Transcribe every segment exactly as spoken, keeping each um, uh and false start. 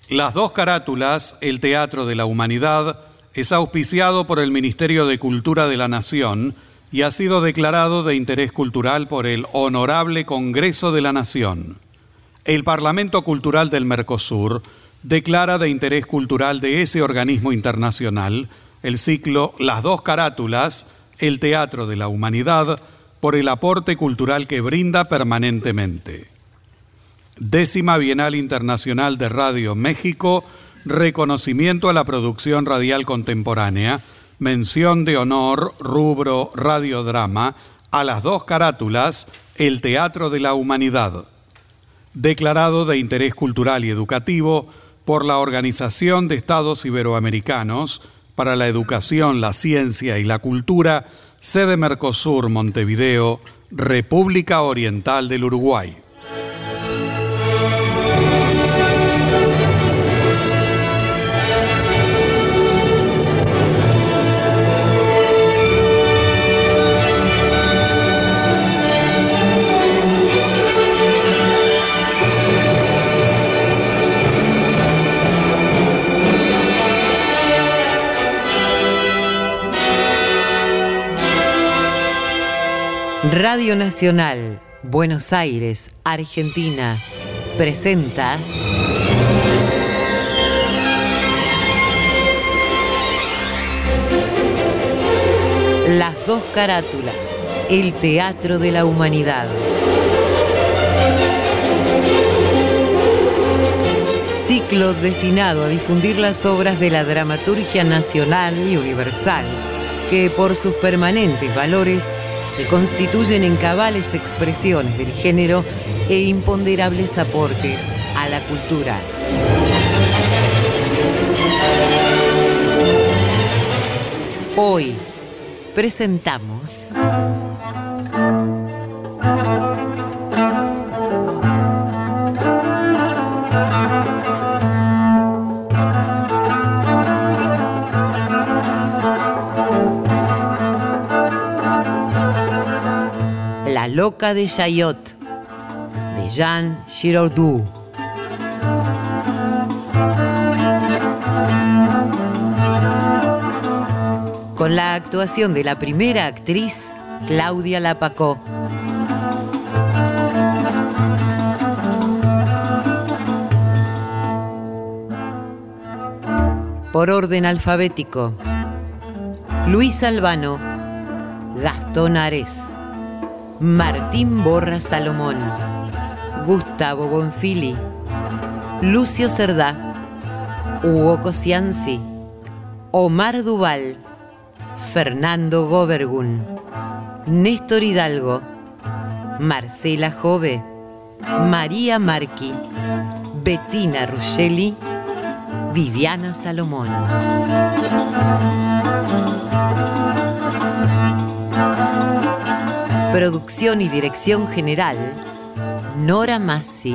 Las dos carátulas, el Teatro de la Humanidad, es auspiciado por el Ministerio de Cultura de la Nación y ha sido declarado de interés cultural por el Honorable Congreso de la Nación. El Parlamento Cultural del Mercosur declara de interés cultural de ese organismo internacional el ciclo Las dos carátulas, el Teatro de la Humanidad, por el aporte cultural que brinda permanentemente. Décima Bienal Internacional de Radio México, reconocimiento a la producción radial contemporánea, mención de honor, rubro radiodrama, a las dos carátulas, el Teatro de la Humanidad. Declarado de interés cultural y educativo por la Organización de Estados Iberoamericanos para la Educación, la Ciencia y la Cultura, sede Mercosur, Montevideo, República Oriental del Uruguay. Radio Nacional, Buenos Aires, Argentina, presenta Las dos carátulas, el Teatro de la Humanidad. Ciclo destinado a difundir las obras de la dramaturgia nacional y universal, que por sus permanentes valores se constituyen en cabales expresiones del género e imponderables aportes a la cultura. Hoy presentamos La loca de Chaillot, de Jean Giraudoux. Con la actuación de la primera actriz, Claudia Lapacó. Por orden alfabético: Luis Albano, Gastón Ares, Martín Borra Salomón, Gustavo Bonfili, Lucio Cerdá, Hugo Cosianzi, Omar Duval, Fernando Gobergun, Néstor Hidalgo, Marcela Jove, María Marqui, Bettina Ruggeli, Viviana Salomón. Producción y dirección general, Nora Massi.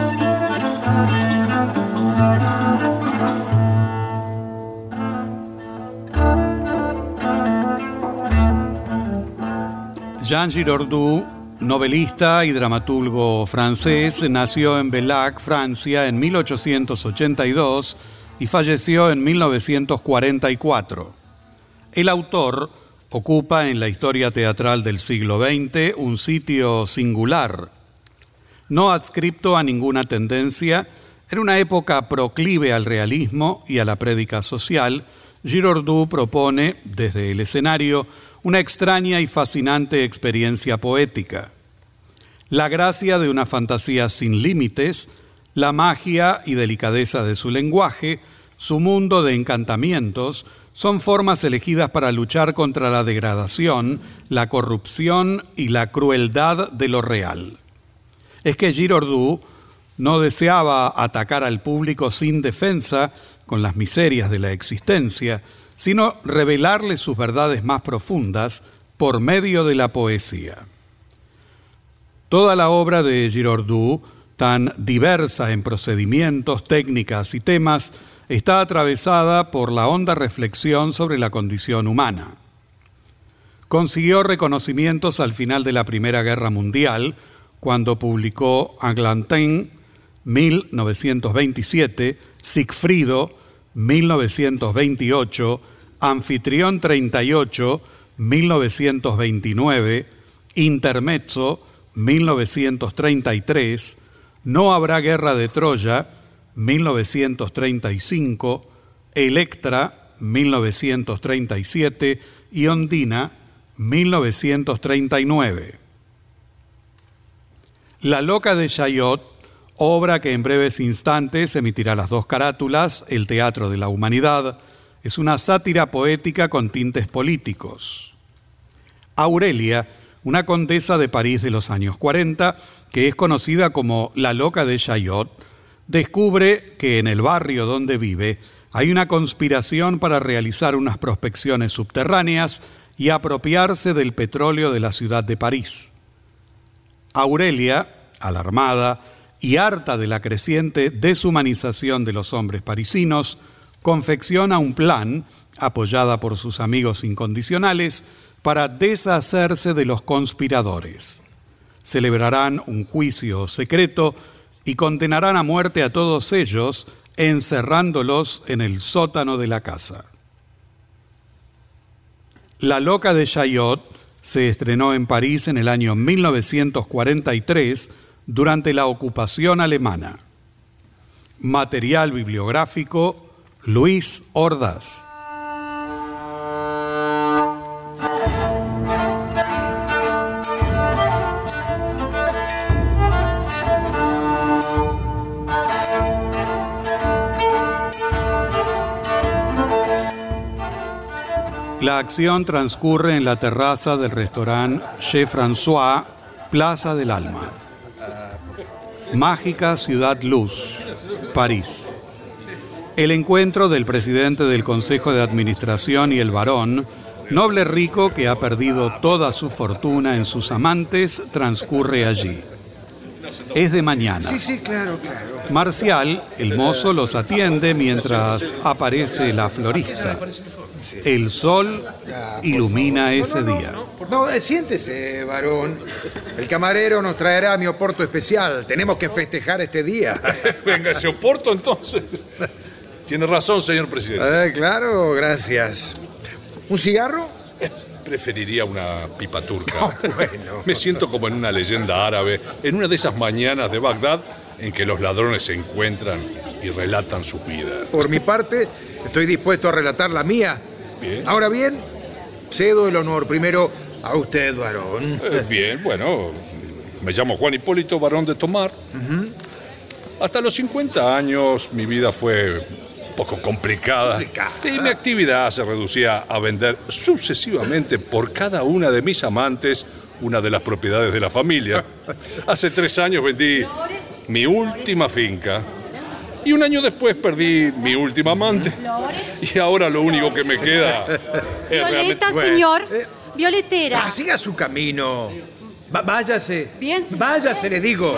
Jean Giraudoux, novelista y dramaturgo francés, nació en Bellac, Francia, en mil ochocientos ochenta y dos y falleció en mil novecientos cuarenta y cuatro. El autor ocupa en la historia teatral del siglo veinte un sitio singular. No adscripto a ninguna tendencia, en una época proclive al realismo y a la prédica social, Giraudoux propone, desde el escenario, una extraña y fascinante experiencia poética. La gracia de una fantasía sin límites, la magia y delicadeza de su lenguaje, su mundo de encantamientos, son formas elegidas para luchar contra la degradación, la corrupción y la crueldad de lo real. Es que Giraudoux no deseaba atacar al público sin defensa con las miserias de la existencia, sino revelarle sus verdades más profundas por medio de la poesía. Toda la obra de Giraudoux, tan diversa en procedimientos, técnicas y temas, está atravesada por la honda reflexión sobre la condición humana. Consiguió reconocimientos al final de la Primera Guerra Mundial, cuando publicó Anglantin, mil novecientos veintisiete, Sigfrido, mil novecientos veintiocho, Anfitrión treinta y ocho, mil novecientos veintinueve, Intermezzo, mil novecientos treinta y tres, No habrá guerra de Troya, mil novecientos treinta y cinco, Electra, mil novecientos treinta y siete y Ondina, mil novecientos treinta y nueve. La loca de Chaillot, obra que en breves instantes emitirá las dos carátulas, El teatro de la humanidad, es una sátira poética con tintes políticos. Aurelia, una condesa de París de los años cuarenta, que es conocida como la loca de Chaillot, descubre que en el barrio donde vive hay una conspiración para realizar unas prospecciones subterráneas y apropiarse del petróleo de la ciudad de París. Aurelia, alarmada y harta de la creciente deshumanización de los hombres parisinos, confecciona un plan, apoyada por sus amigos incondicionales, para deshacerse de los conspiradores. Celebrarán un juicio secreto y condenarán a muerte a todos ellos, encerrándolos en el sótano de la casa. La loca de Chaillot se estrenó en París en el año mil novecientos cuarenta y tres durante la ocupación alemana. Material bibliográfico, Luis Ordaz. La acción transcurre en la terraza del restaurante Chez François, Plaza del Alma. Mágica Ciudad Luz, París. El encuentro del presidente del Consejo de Administración y el barón, noble rico que ha perdido toda su fortuna en sus amantes, transcurre allí. Es de mañana. Sí, sí, claro, claro. Marcial, el mozo, los atiende mientras aparece la florista. El sol ilumina ese día. No, eh, siéntese, varón. El camarero nos traerá mi oporto especial. Tenemos que festejar este día. Venga, ese oporto entonces. Tiene razón, señor presidente. Eh, claro, gracias. ¿Un cigarro? Preferiría una pipa turca. Oh, bueno. Me siento como en una leyenda árabe, en una de esas mañanas de Bagdad en que los ladrones se encuentran y relatan sus vidas. Por mi parte, estoy dispuesto a relatar la mía. Bien. Ahora bien, cedo el honor primero a usted, varón. Eh, bien, bueno, me llamo Juan Hipólito, barón de Tomar. Uh-huh. Hasta los cincuenta años mi vida fue un poco complicada. Complicada. Y mi actividad se reducía a vender sucesivamente por cada una de mis amantes una de las propiedades de la familia. Hace tres años vendí mi última finca. Y un año después perdí mi última amante. Y ahora lo único que me queda es Violeta, realmente... señor. Eh. Violetera. Ah, siga su camino. Va- váyase. Bien, señor. Váyase, le digo.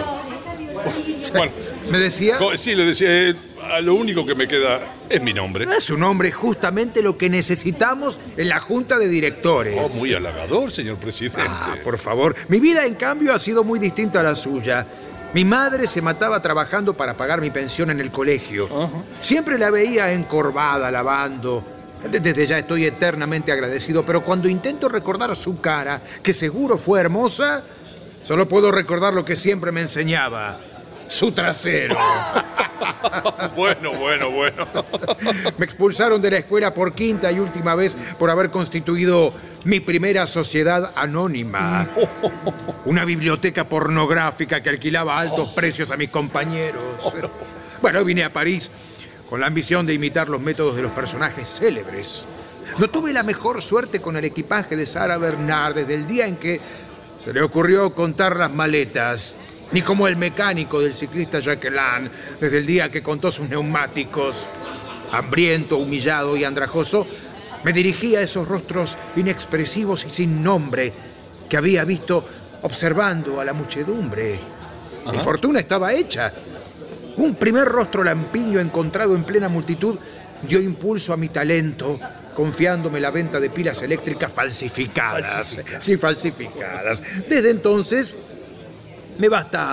Bueno, ¿Me decía? co- sí, le decía, eh, a lo único que me queda es mi nombre. Es un hombre justamente lo que necesitamos en la junta de directores. Oh, muy halagador, señor presidente. Ah, por favor. Mi vida, en cambio, ha sido muy distinta a la suya. Mi madre se mataba trabajando para pagar mi pensión en el colegio. Ajá. Siempre la veía encorvada, lavando. Desde ya estoy eternamente agradecido, pero cuando intento recordar su cara, que seguro fue hermosa, solo puedo recordar lo que siempre me enseñaba. Su trasero. Bueno, bueno, bueno. Me expulsaron de la escuela por quinta y última vez por haber constituido mi primera sociedad anónima. Una biblioteca pornográfica que alquilaba a altos precios a mis compañeros. Bueno, vine a París con la ambición de imitar los métodos de los personajes célebres. No tuve la mejor suerte con el equipaje de Sara Bernard desde el día en que se le ocurrió contar las maletas, ni como el mecánico del ciclista Jacqueline desde el día que contó sus neumáticos. Hambriento, humillado y andrajoso, me dirigí a esos rostros inexpresivos y sin nombre que había visto observando a la muchedumbre. Mi fortuna estaba hecha. Un primer rostro lampiño encontrado en plena multitud dio impulso a mi talento, confiándome la venta de pilas eléctricas falsificadas. Falsificadas. Sí, falsificadas. Desde entonces, me basta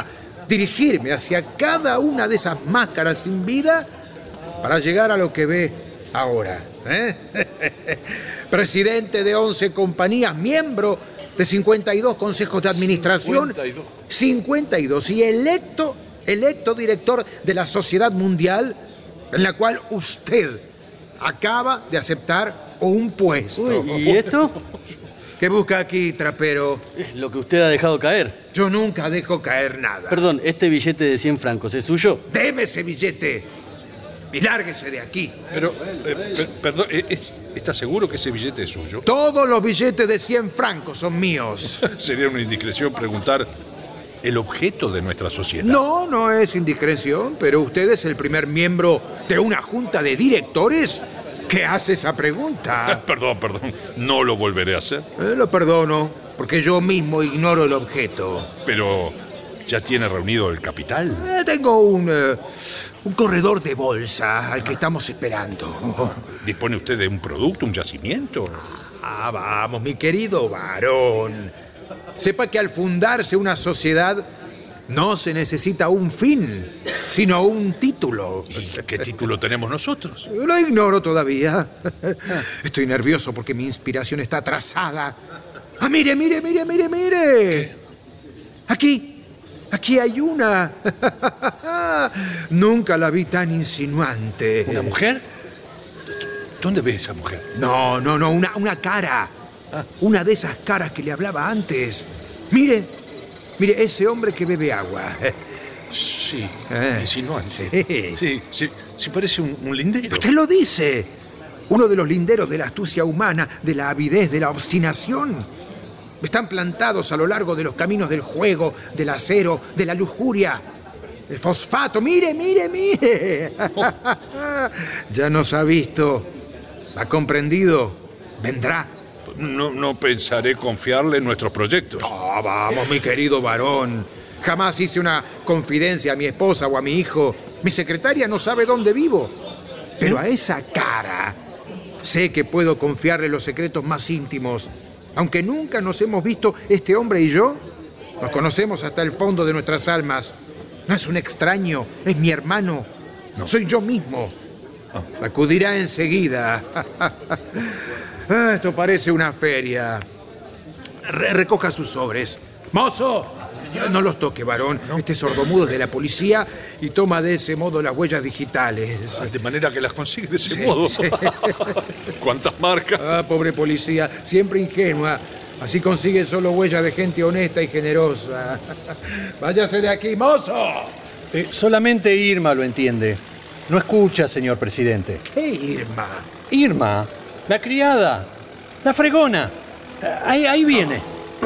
dirigirme hacia cada una de esas máscaras sin vida para llegar a lo que ve ahora. ¿eh? Presidente de once compañías, miembro de cincuenta y dos consejos de administración. cincuenta y dos. cincuenta y dos. Y electo, electo director de la Sociedad Mundial, en la cual usted acaba de aceptar un puesto. Uy, ¿y esto? ¿Qué busca aquí, trapero? Es lo que usted ha dejado caer. Yo nunca dejo caer nada. Perdón, ¿este billete de cien francos es suyo? Deme ese billete y lárguese de aquí. Pero, eh, per- perdón, eh, es- ¿está seguro que ese billete es suyo? Todos los billetes de cien francos son míos. Sería una indiscreción preguntar el objeto de nuestra sociedad. No, no es indiscreción, pero usted es el primer miembro de una junta de directores que hace esa pregunta. Perdón, perdón, no lo volveré a hacer, Eh, lo perdono, porque yo mismo ignoro el objeto. pero ¿ya tiene reunido el capital? Eh, tengo un, eh, un corredor de bolsa al que estamos esperando. ¿Dispone usted de un producto, un yacimiento? Ah, vamos, mi querido varón. Sepa que al fundarse una sociedad no se necesita un fin, sino un título. ¿Qué título tenemos nosotros? Lo ignoro todavía. Estoy nervioso porque mi inspiración está atrasada. Ah, mire, mire, mire, mire, mire. Aquí, aquí hay una. Nunca la vi tan insinuante. ¿Una mujer? ¿Dónde ve esa mujer? No, no, no, una, una cara. Una de esas caras que le hablaba antes. Mire, mire, ese hombre que bebe agua. Sí, Eh, insinuante. sí. Sí, sí, sí parece un, un lindero. Usted lo dice. Uno de los linderos de la astucia humana, de la avidez, de la obstinación. Están plantados a lo largo de los caminos del juego, del acero, de la lujuria, el fosfato. Mire, mire, mire. Ya nos ha visto, ha comprendido, vendrá. No, no pensaré confiarle en nuestros proyectos. Ah, vamos, mi querido varón. Jamás hice una confidencia a mi esposa o a mi hijo. Mi secretaria no sabe dónde vivo. Pero a esa cara sé que puedo confiarle los secretos más íntimos. Aunque nunca nos hemos visto este hombre y yo, nos conocemos hasta el fondo de nuestras almas. No es un extraño, es mi hermano. No. Soy yo mismo. Acudirá enseguida. Ah, esto parece una feria. Re- recoja sus sobres. ¡Mozo! No los toque, varón. Este sordomudo es de la policía y toma de ese modo las huellas digitales. De manera que las consigue de ese Sí, modo. sí. ¿Cuántas marcas? Ah, pobre policía, siempre ingenua. Así consigue solo huellas de gente honesta y generosa. Váyase de aquí, mozo. Eh, solamente Irma lo entiende. No escucha, señor presidente. ¿Qué Irma? Irma, la criada, la fregona. Eh, Ahí, ahí viene.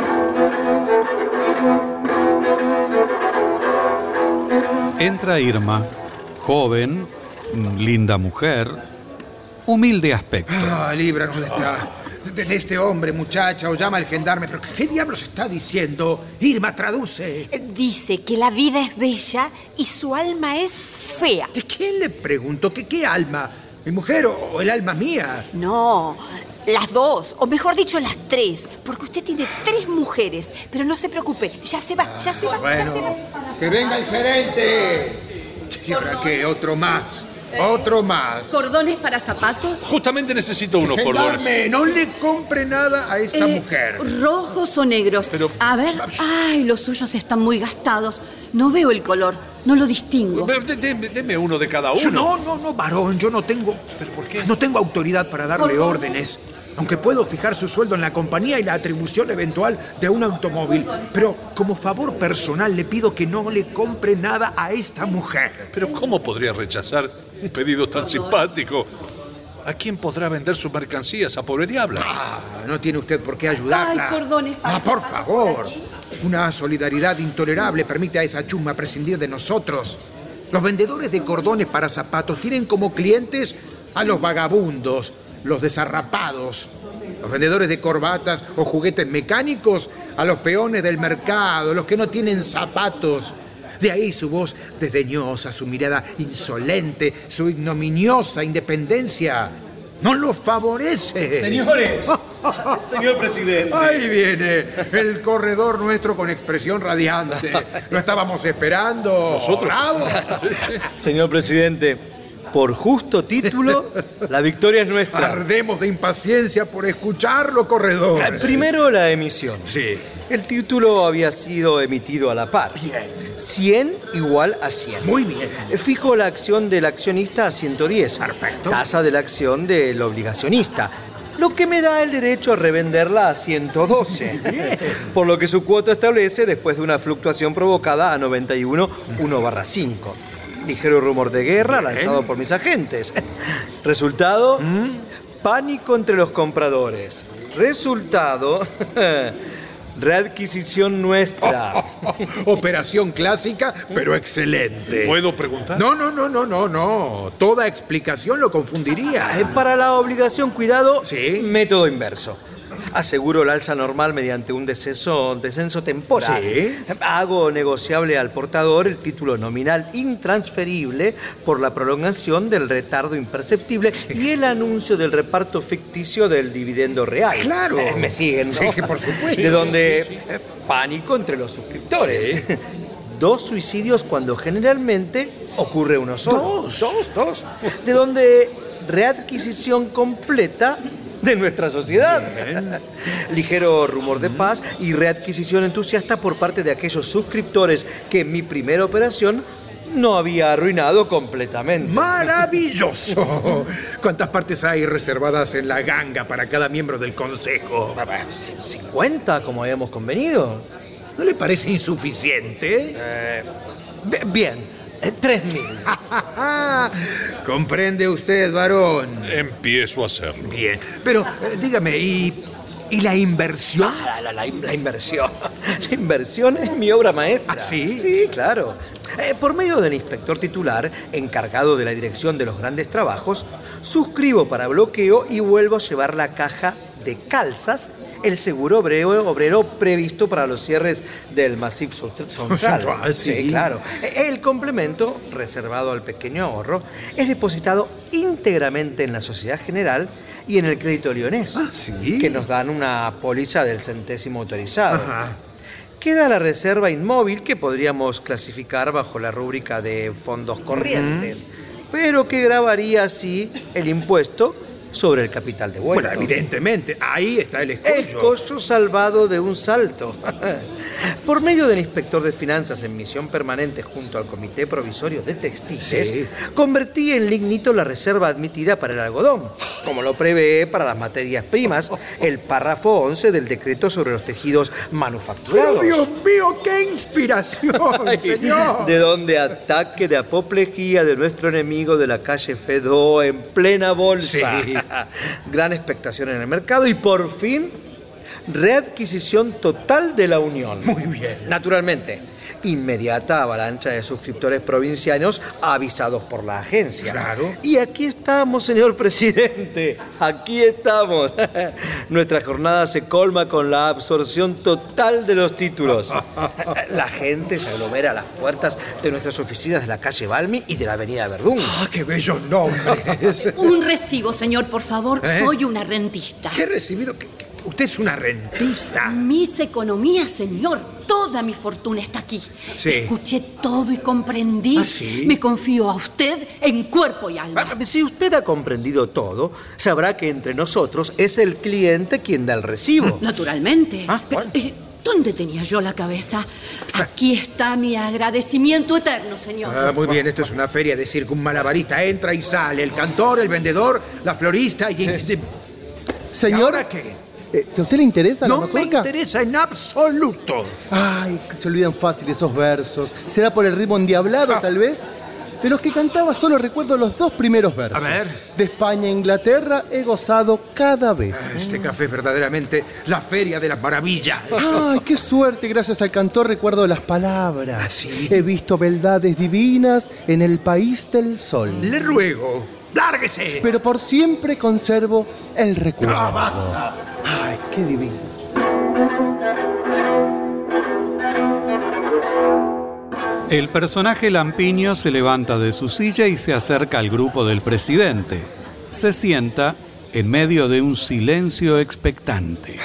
Entra Irma, joven, linda mujer, humilde aspecto. Ah, líbranos de, esta, de, de este hombre, muchacha, o llama al gendarme. ¿Pero qué diablos está diciendo? Irma, traduce. Dice que la vida es bella y su alma es fea. ¿De quién le pregunto? ¿Qué, qué alma? ¿Mi mujer o, o el alma mía? No, las dos, o mejor dicho, las tres, porque usted tiene tres mujeres. Pero no se preocupe, ya se va, ya se va, ya se va. Bueno, que venga el gerente. ¿Y ahora qué? Otro más. Otro más. ¿Cordones para zapatos? Justamente necesito unos cordones. Gendarme, no le compre nada a esta Eh, mujer. ¿Rojos o negros? Pero- A ver. Ay, los suyos están muy gastados. No veo el color. No lo distingo. De- de- de- Deme uno de cada Yo- uno. No, no, no, varón, yo no tengo... ¿Pero por qué? No tengo autoridad para darle órdenes. Aunque puedo fijar su sueldo en la compañía y la atribución eventual de un automóvil. Pero como favor personal le pido que no le compre nada a esta mujer. Pero ¿cómo podría rechazar un pedido tan simpático? ¿A quién podrá vender su mercancía esa pobre diabla? Ah, no tiene usted por qué ayudarla. Ay, cordones para Ah, por zapatos favor. aquí. Una solidaridad intolerable permite a esa chusma prescindir de nosotros. Los vendedores de cordones para zapatos tienen como clientes a los vagabundos, los desarrapados. Los vendedores de corbatas o juguetes mecánicos a los peones del mercado, los que no tienen zapatos. De ahí su voz desdeñosa, su mirada insolente, su ignominiosa independencia. no lo favorece. Señores, señor presidente. Ahí viene el corredor nuestro con expresión radiante. Lo estábamos esperando. ¿Nosotros? ¡Bravo! Señor presidente, por justo título, la victoria es nuestra. Ardemos de impaciencia por escucharlo, corredor. Eh, Primero la emisión. Sí. El título había sido emitido a la par. Bien. cien igual a cien. Muy bien. Fijo la acción del accionista a ciento diez. Perfecto. Tasa de la acción del obligacionista. Lo que me da el derecho a revenderla a ciento doce. Por lo que su cuota establece después de una fluctuación provocada a noventa y uno, uno barra cinco. Ligero rumor de guerra lanzado por mis agentes. Resultado, ¿Mm? pánico entre los compradores. Resultado, readquisición nuestra. Operación clásica, pero excelente. ¿Puedo preguntar? No, no, no, no, no, no. Toda explicación lo confundiría. Eh, Para la obligación, cuidado, Sí. método inverso. Aseguro el alza normal mediante un descenso, descenso temporal. Sí. Hago negociable al portador el título nominal intransferible por la prolongación del retardo imperceptible y el anuncio del reparto ficticio del dividendo real. Claro. Eh, me siguen, ¿no? Sí, que por supuesto. De donde eh, pánico entre los suscriptores. Sí. Dos suicidios cuando generalmente ocurre uno solo. Dos. Dos, dos. De donde readquisición completa de nuestra sociedad. Ligero rumor de paz y readquisición entusiasta por parte de aquellos suscriptores que mi primera operación no había arruinado completamente. ¡Maravilloso! ¿Cuántas partes hay reservadas en la ganga para cada miembro del consejo? ¿cincuenta como habíamos convenido? ¿No le parece insuficiente? Eh, bien, eh, tres mil. ¿Comprende usted, varón? Empiezo a hacerlo. Bien, pero eh, dígame, ¿y, ¿y la inversión? Ah, la, la, la, la inversión. La inversión es mi obra maestra. ¿Ah, sí? Sí, claro. Eh, por medio del inspector titular, encargado de la dirección de los grandes trabajos, suscribo para bloqueo y vuelvo a llevar la caja de calzas, el seguro obrero, obrero previsto para los cierres del Massif Central. Central, sí. Claro. El complemento, reservado al pequeño ahorro, es depositado íntegramente en la Sociedad General y en el Crédito Lyonés, Ah, ¿sí? que nos dan una póliza del centésimo autorizado. Ajá. Queda la reserva inmóvil, que podríamos clasificar bajo la rúbrica de fondos corrientes, pero que grabaría así el impuesto sobre el capital devuelto. Bueno, evidentemente, ahí está el escollo. Escollo salvado de un salto. Por medio del inspector de finanzas en misión permanente junto al Comité Provisorio de Textiles, Sí. convertí en lignito la reserva admitida para el algodón, como lo prevé para las materias primas el párrafo once del decreto sobre los tejidos manufacturados. ¡Pero Dios mío, qué inspiración, Ay, señor! de donde ataque de apoplejía de nuestro enemigo de la calle Fedó en plena bolsa. Sí. Gran expectación en el mercado y por fin readquisición total de la Unión. Muy bien. Naturalmente, inmediata avalancha de suscriptores provincianos avisados por la agencia. Claro. Y aquí estamos, señor presidente. Aquí estamos. Nuestra jornada se colma con la absorción total de los títulos. La gente se aglomera a las puertas de nuestras oficinas de la calle Balmi y de la avenida Verdún. ¡Ah, qué bellos nombres! Un recibo, señor, por favor. ¿Eh? Soy una rentista. ¿Qué he recibido? ¿Qué- qué- Usted es una rentista. Mis economías, señor. Toda mi fortuna está aquí. Sí. Escuché todo y comprendí. ¿Ah, sí? Me confío a usted en cuerpo y alma. Ah, Si usted ha comprendido todo, sabrá que entre nosotros es el cliente quien da el recibo. Naturalmente. Ah, Pero, bueno. eh, ¿dónde tenía yo la cabeza? Aquí está mi agradecimiento eterno, señor. Ah, muy bien, esto es una feria de circo. Un malabarista entra y sale. El cantor, el vendedor, la florista y... ¿Y Señor, ahora qué? eh, ¿a usted le interesa la No me mazorca? interesa en absoluto. Ay, que se olvidan fácil esos versos. ¿Será por el ritmo endiablado, Ah. tal vez? De los que cantaba solo recuerdo los dos primeros versos. A ver. De España a Inglaterra he gozado cada vez. Este café es verdaderamente la feria de las maravillas. Ay, qué suerte, gracias al cantor recuerdo las palabras. ¿Ah, sí? He visto beldades divinas en el país del sol. Le ruego, lárguese. Pero por siempre conservo el recuerdo. Ah, basta. Ay, qué divino. El personaje lampiño se levanta de su silla y se acerca al grupo del presidente. Se sienta en medio de un silencio expectante.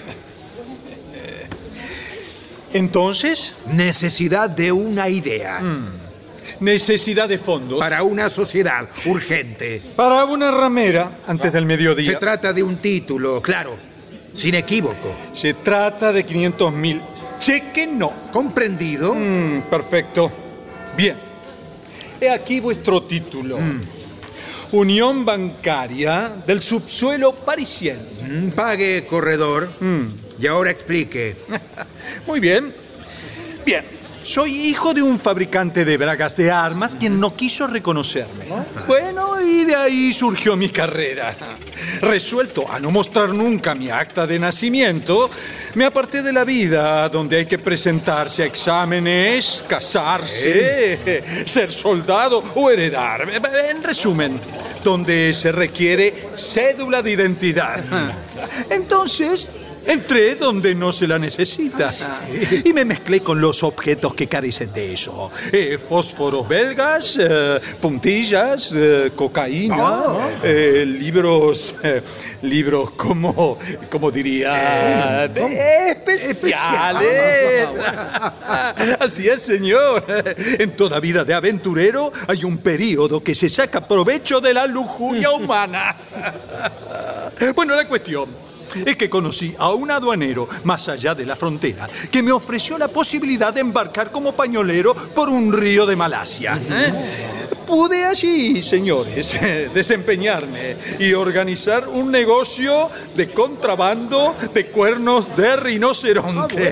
Entonces, Necesidad de una idea. necesidad de fondos. Para una sociedad urgente. Para una ramera antes del mediodía. Se trata de un título, claro, sin equívoco. Se trata de quinientos mil. Cheque no. ¿Comprendido? Mm, perfecto. Bien. He aquí vuestro título. Mm. Unión Bancaria del Subsuelo Parisiense. Mm, pague, corredor. Mm. Y ahora explique. Muy bien. Bien. Soy hijo de un fabricante de bragas de armas quien no quiso reconocerme. Bueno, y de ahí surgió mi carrera. Resuelto a no mostrar nunca mi acta de nacimiento, me aparté de la vida donde hay que presentarse a exámenes, casarse, ¿Eh? ser soldado o heredar. En resumen, donde se requiere cédula de identidad. Entonces, entré donde no se la necesita. Y me mezclé con los objetos que carecen de eso. Eh, fósforos belgas, eh, puntillas, eh, cocaína, Oh. eh, libros, eh, libros como, como diría, de- especiales. Así es, señor. En toda vida de aventurero hay un periodo que se saca provecho de la lujuria humana. Bueno, la cuestión es que conocí a un aduanero más allá de la frontera que me ofreció la posibilidad de embarcar como pañolero por un río de Malasia. ¿eh? Pude allí, señores, desempeñarme y organizar un negocio de contrabando de cuernos de rinoceronte.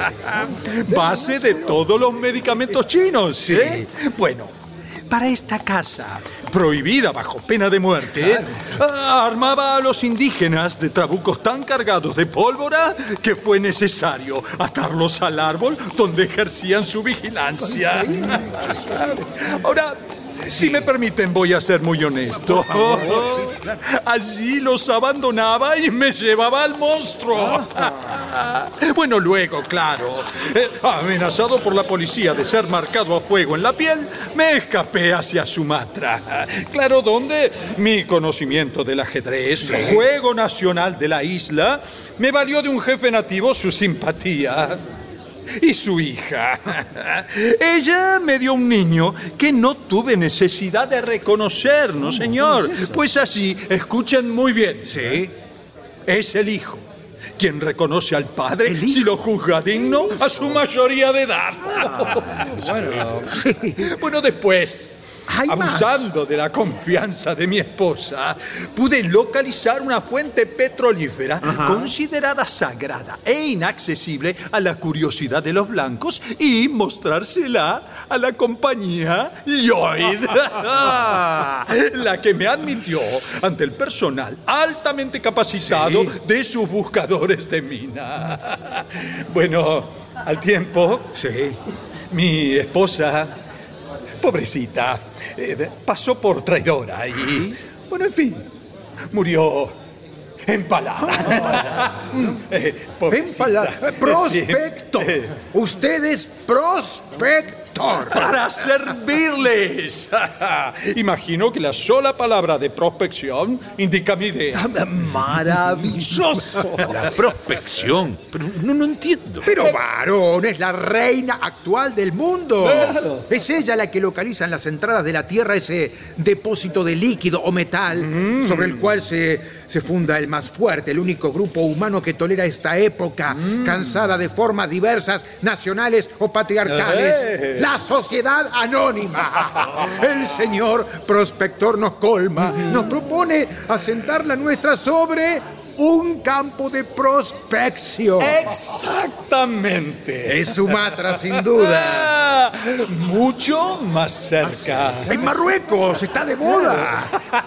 Base de todos los medicamentos chinos. ¿eh? Bueno, para esta casa, prohibida bajo pena de muerte, ah, armaba a los indígenas de trabucos tan cargados de pólvora que fue necesario atarlos al árbol donde ejercían su vigilancia. Ahora, si me permiten, voy a ser muy honesto. Allí los abandonaba y me llevaba al monstruo. Bueno, luego, claro, eh, amenazado por la policía de ser marcado a fuego en la piel, me escapé hacia Sumatra. Claro, donde mi conocimiento del ajedrez, juego nacional de la isla, me valió de un jefe nativo su simpatía. Y su hija. Ella me dio un niño que no tuve necesidad de reconocer, ¿no, señor? Pues así, escuchen muy bien. Sí. Es el hijo quien reconoce al padre si lo juzga digno a su mayoría de edad. Ah, bueno, sí. Bueno, después, Hay abusando de la confianza de mi esposa, pude localizar una fuente petrolífera Ajá. considerada sagrada e inaccesible a la curiosidad de los blancos y mostrársela a la compañía Lloyd, la que me admitió ante el personal altamente capacitado Sí. de sus buscadores de mina. Bueno, al tiempo, Sí. mi esposa, pobrecita, eh, pasó por traidora y, bueno, en fin, murió empalada. Eh, pobrecita. Empalada. Prospector. Sí. Eh, Usted es prospector. Para servirles. Imagino que la sola palabra de prospección indica mi idea. Maravilloso. La prospección. Pero no, no entiendo. Pero varón, es la reina actual del mundo. Claro. Es ella la que localiza en las entradas de la Tierra ese depósito de líquido o metal Mm. sobre el cual se, se funda el más fuerte, el único grupo humano que tolera esta época, Mm. cansada de formas diversas, nacionales o patriarcales. Eh. La sociedad anónima. El señor prospector nos colma, nos propone asentar la nuestra sobre un campo de prospección. Exactamente. Es Sumatra, sin duda. Ah, mucho más cerca. En Marruecos está de moda.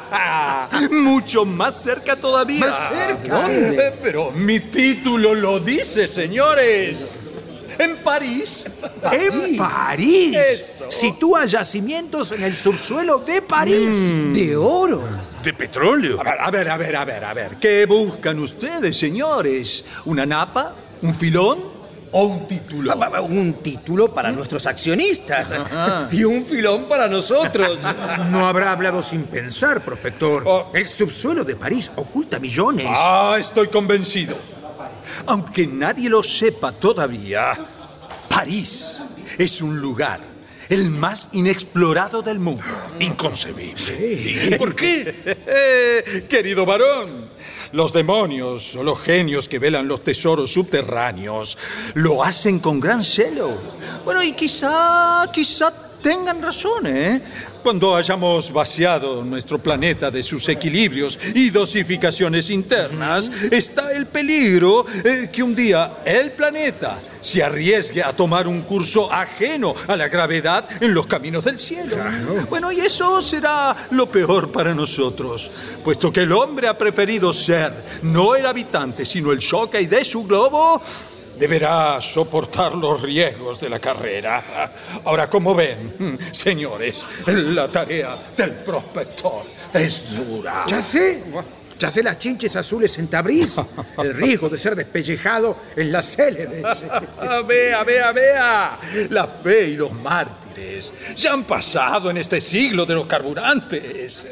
Mucho más cerca todavía. ¿Más cerca? ¿Dónde? Eh, Pero mi título lo dice, señores. En París. En París. Eso. Sitúa yacimientos en el subsuelo de París. De oro. ¿De petróleo? A ver, a ver, a ver, a ver, a ver. ¿Qué buscan ustedes, señores? ¿Una napa? ¿Un filón? o un título? Un título para nuestros accionistas y un filón para nosotros. No habrá hablado sin pensar, prospector. Oh. El subsuelo de París oculta millones. Ah, estoy convencido. Aunque nadie lo sepa todavía, París es un lugar el más inexplorado del mundo. Inconcebible. Sí. ¿Y por qué? Eh, querido varón, los demonios o los genios que velan los tesoros subterráneos lo hacen con gran celo. Bueno, y quizá, quizá tengan razón, ¿eh? Cuando hayamos vaciado nuestro planeta de sus equilibrios y dosificaciones internas, está el peligro eh, que un día el planeta se arriesgue a tomar un curso ajeno a la gravedad en los caminos del cielo. Claro. Bueno, y eso será lo peor para nosotros, puesto que el hombre ha preferido ser no el habitante, sino el jockey de su globo. Deberá soportar los riesgos de la carrera. Ahora, como ven, señores, la tarea del prospector es dura. Ya sé, ya sé las chinches azules en Tabriz, el riesgo de ser despellejado en las célebres. Vea, vea, vea. La fe y los mártires ya han pasado en este siglo de los carburantes.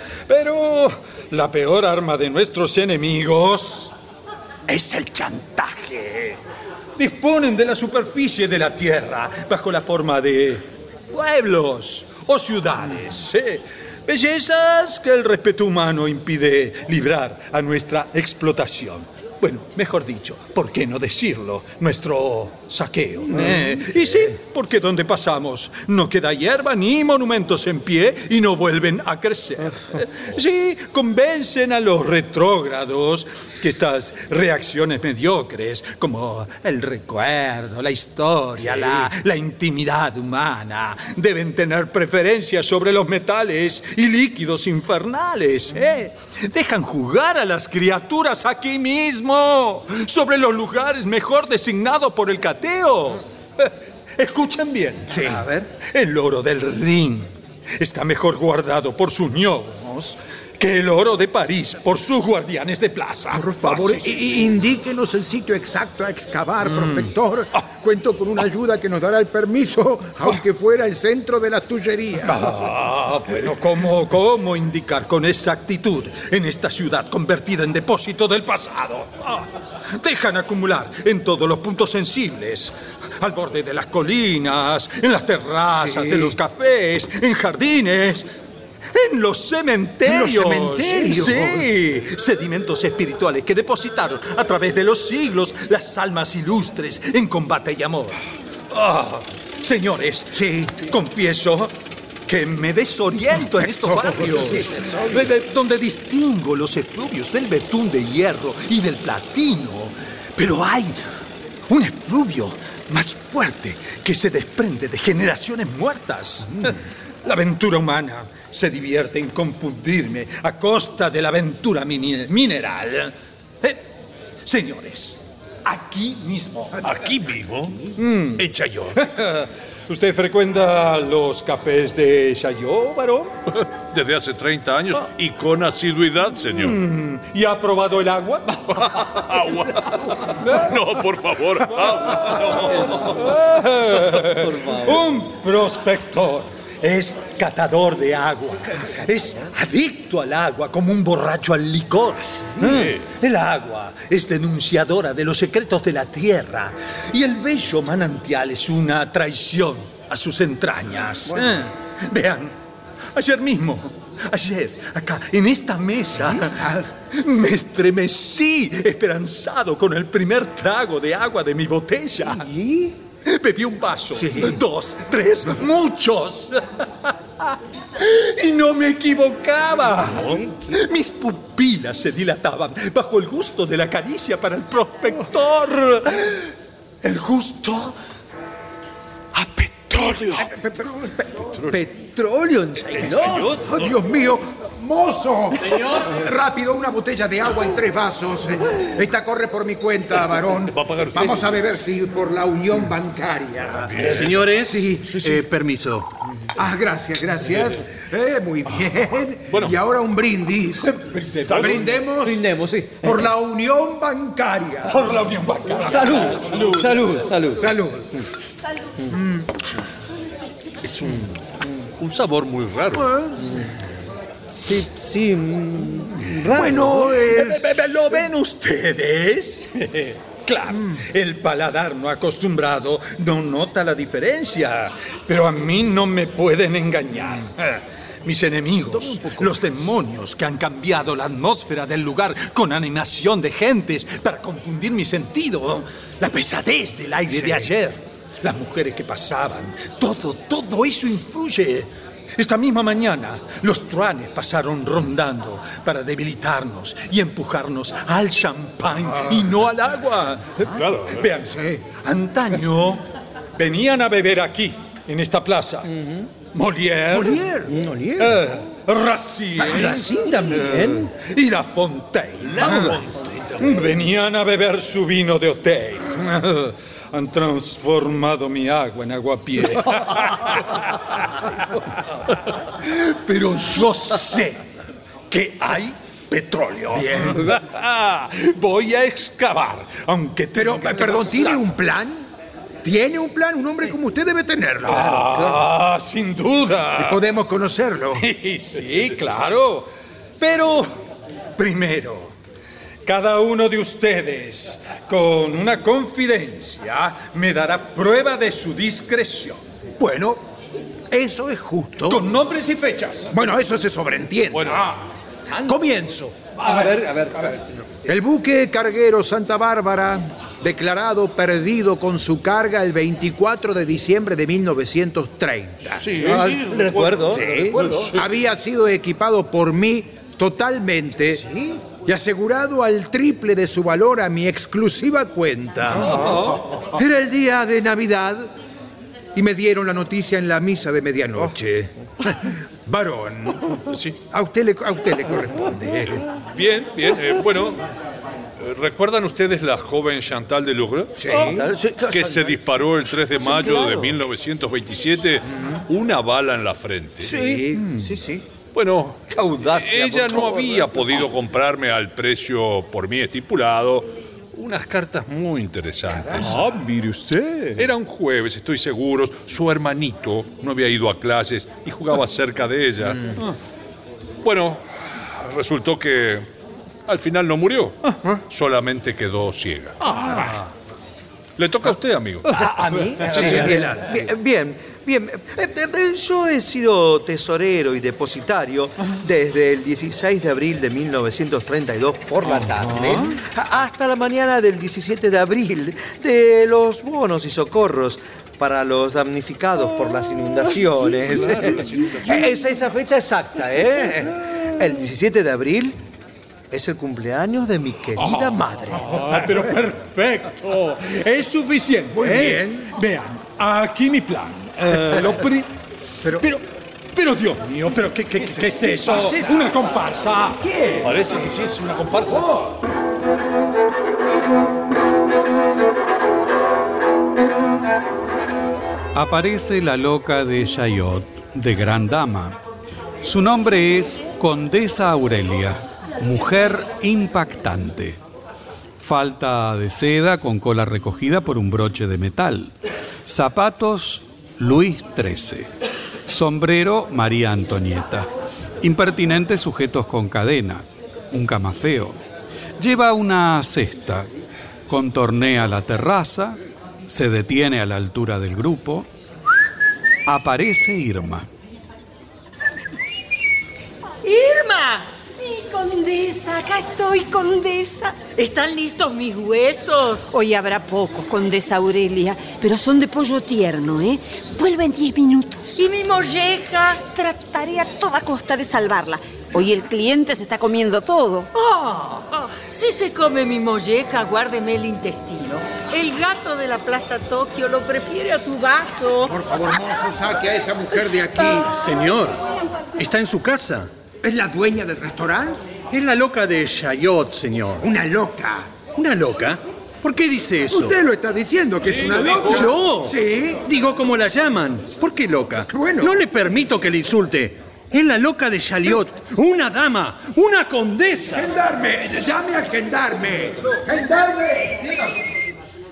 Pero la peor arma de nuestros enemigos es el chantaje. Disponen de la superficie de la tierra bajo la forma de pueblos o ciudades. ¿eh? Bellezas que el respeto humano impide librar a nuestra explotación. Bueno, mejor dicho, ¿por qué no decirlo? Nuestro saqueo. ¿eh? Y sí, porque donde pasamos no queda hierba ni monumentos en pie y no vuelven a crecer. Sí, convencen a los retrógrados que estas reacciones mediocres, como el recuerdo, la historia, sí. la, la intimidad humana, deben tener preferencia sobre los metales y líquidos infernales. ¿eh? Dejan jugar a las criaturas aquí mismo, sobre los lugares mejor designados por el cateo. Escuchen bien. Sí. A ver. El oro del Rin está mejor guardado por sus gnomos que el oro de París por sus guardianes de plaza. Por favor, indíquenos el sitio exacto a excavar, mm. prospector. Ah. Cuento con una ayuda que nos dará el permiso, aunque fuera el centro de las tullerías. Ah, bueno, ¿cómo, cómo indicar con exactitud en esta ciudad convertida en depósito del pasado? Ah, dejan acumular en todos los puntos sensibles. Al borde de las colinas, en las terrazas, sí. de los cafés, en jardines. En los cementerios. ¿En los cementerios? Sí, sedimentos espirituales que depositaron a través de los siglos las almas ilustres en combate y amor. Oh, señores, sí. confieso que me desoriento en estos barrios, donde distingo los efluvios del betún de hierro y del platino. Pero hay un efluvio más fuerte que se desprende de generaciones muertas. Mm. La aventura humana se divierte en confundirme a costa de la aventura mineral. Eh, señores, aquí mismo. ¿Aquí mismo? Mm. En Chaillot. ¿Usted frecuenta los cafés de Chaillot, varón? Desde hace treinta años ah. y con asiduidad, señor. Mm. ¿Y ha probado el agua? ¿Agua? No, por favor. Agua, no. Por favor. Un prospector es catador de agua. Es adicto al agua como un borracho al licor. Sí. El agua es denunciadora de los secretos de la tierra y el bello manantial es una traición a sus entrañas. Bueno. Eh. Vean, ayer mismo, ayer, acá, en esta mesa, me estremecí esperanzado con el primer trago de agua de mi botella. ¿Y? Bebí un vaso, sí. dos, tres, muchos. Y no me equivocaba. Mis pupilas se dilataban bajo el gusto de la caricia para el prospector. El gusto a petróleo. ¿Petróleo en Chaillot? Oh, Dios mío, ¡Mozo! Señor. Rápido, una botella de agua y tres vasos. Esta corre por mi cuenta, varón. ¿Va a pagar usted? Vamos a beber, sí, por la unión bancaria. Señores, Sí, sí, sí. eh, permiso. Ah, gracias, gracias. Eh, muy bien. Bueno. Y ahora un brindis. Salud. Brindemos Brindemos, sí. por la unión bancaria. Por la Unión Bancaria. Salud, salud, salud, salud. Salud. Es un, un sabor muy raro. Sí, sí. mm, raro. Bueno, es... ¿Lo ven ustedes? Claro, el paladar no acostumbrado no nota la diferencia, pero a mí no me pueden engañar. Mis enemigos, los demonios que han cambiado la atmósfera del lugar con animación de gentes para confundir mi sentido, la pesadez del aire de ayer, las mujeres que pasaban, todo, todo eso influye. Esta misma mañana, los truanes pasaron rondando para debilitarnos y empujarnos al champán y no al agua. Claro. Vean, antaño venían a beber aquí, en esta plaza. Molière, Molière. Molière. eh, Racine, Racine también. eh, y La Fontaine. Venían a beber su vino de Auteuil. Han transformado mi agua en aguapié. Pero yo sé que hay petróleo. Bien. Voy a excavar, aunque Pero, tenga que perdón, ¿tiene pasar. un plan? ¿Tiene un plan? Un hombre como usted debe tenerlo. Ah, sin duda. Podemos conocerlo. Sí, sí, claro. Pero primero, cada uno de ustedes, con una confidencia, me dará prueba de su discreción. Bueno, eso es justo. Con nombres y fechas. Bueno, eso se sobreentiende. Bueno, Comienzo. A ver, a ver, a ver, señor presidente. El buque carguero Santa Bárbara, declarado perdido con su carga el veinticuatro de diciembre de mil novecientos treinta. sí, Ah, sí, le recuerdo. Sí. Había sido equipado por mí totalmente y asegurado al triple de su valor a mi exclusiva cuenta. Era el día de Navidad y me dieron la noticia en la misa de medianoche. Varón, sí. a usted le, a usted le corresponde. Bien, bien. eh, bueno, eh, ¿recuerdan ustedes la joven Chantal de Louvre? Sí. Sí, claro, Que se disparó el tres de mayo claro. de mil novecientos veintisiete una bala en la frente. Sí. Sí, sí. Bueno, Qué audacia, ella por no favor. había podido comprarme al precio por mí estipulado unas cartas muy interesantes. Ah, mire usted. Era un jueves, estoy seguro. Su hermanito no había ido a clases y jugaba cerca de ella. Ah. Bueno, resultó que al final no murió. Solamente quedó ciega. Le toca a usted, amigo. ¿A, a mí? Sí, bien, adelante. bien, bien, bien. Eh, eh, Yo he sido tesorero y depositario desde el dieciséis de abril de mil novecientos treinta y dos por la tarde a- hasta la mañana del diecisiete de abril de los bonos y socorros para los damnificados por las inundaciones. Es esa fecha exacta, ¿eh? El diecisiete de abril es el cumpleaños de mi querida madre. Ah, pero perfecto. Es suficiente. Muy ¿eh? bien. Vean, aquí mi plan. Eh, lo pri- Pero- pero, pero, Dios mío, pero ¿qué, qué, qué es eso? ¿Una comparsa? ¿Qué? Parece que sí es una comparsa. Aparece la loca de Chaillot, de gran dama. Su nombre es Condesa Aurelia, mujer impactante. Falta de seda con cola recogida por un broche de metal. Zapatos Luis trece. Sombrero María Antonieta. Impertinentes sujetos con cadena. Un camafeo. Lleva una cesta. Contornea la terraza. Se detiene a la altura del grupo. Aparece Irma. ¡Irma! Sí, condesa, acá estoy, condesa. ¿Están listos mis huesos? Hoy habrá pocos, condesa Aurelia, pero son de pollo tierno, ¿eh? Vuelve en diez minutos. ¿Y mi molleja? Trataré a toda costa de salvarla. Hoy el cliente se está comiendo todo. Oh, oh, si se come mi molleja, guárdeme el intestino. El gato de la Plaza Tokio lo prefiere a tu vaso. Por favor, mozo, saque a esa mujer de aquí. Señor, está en su casa. ¿Es la dueña del restaurante? Es la loca de Chaillot, señor. Una loca. ¿Una loca? ¿Por qué dice eso? Usted lo está diciendo, que Sí, es una lo loca. dijo. ¿Yo? Sí. Digo cómo la llaman. ¿Por qué loca? Bueno. No le permito que le insulte. Es la loca de Chaillot. Una dama. Una condesa. ¡Gendarme! ¡Llame al gendarme! ¡Gendarme!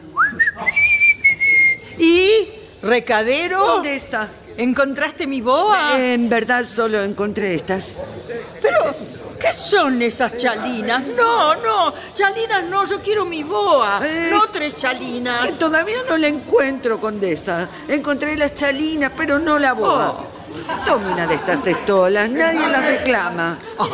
¿Y, recadero? Condesa, ¿Encontraste mi boa? en verdad solo encontré estas. Pero, ¿qué son esas chalinas? No, no, chalinas no, yo quiero mi boa. Eh, No tres chalinas. Que todavía no la encuentro, condesa. Encontré las chalinas, pero no la boa. Tome una de estas estolas, nadie las reclama.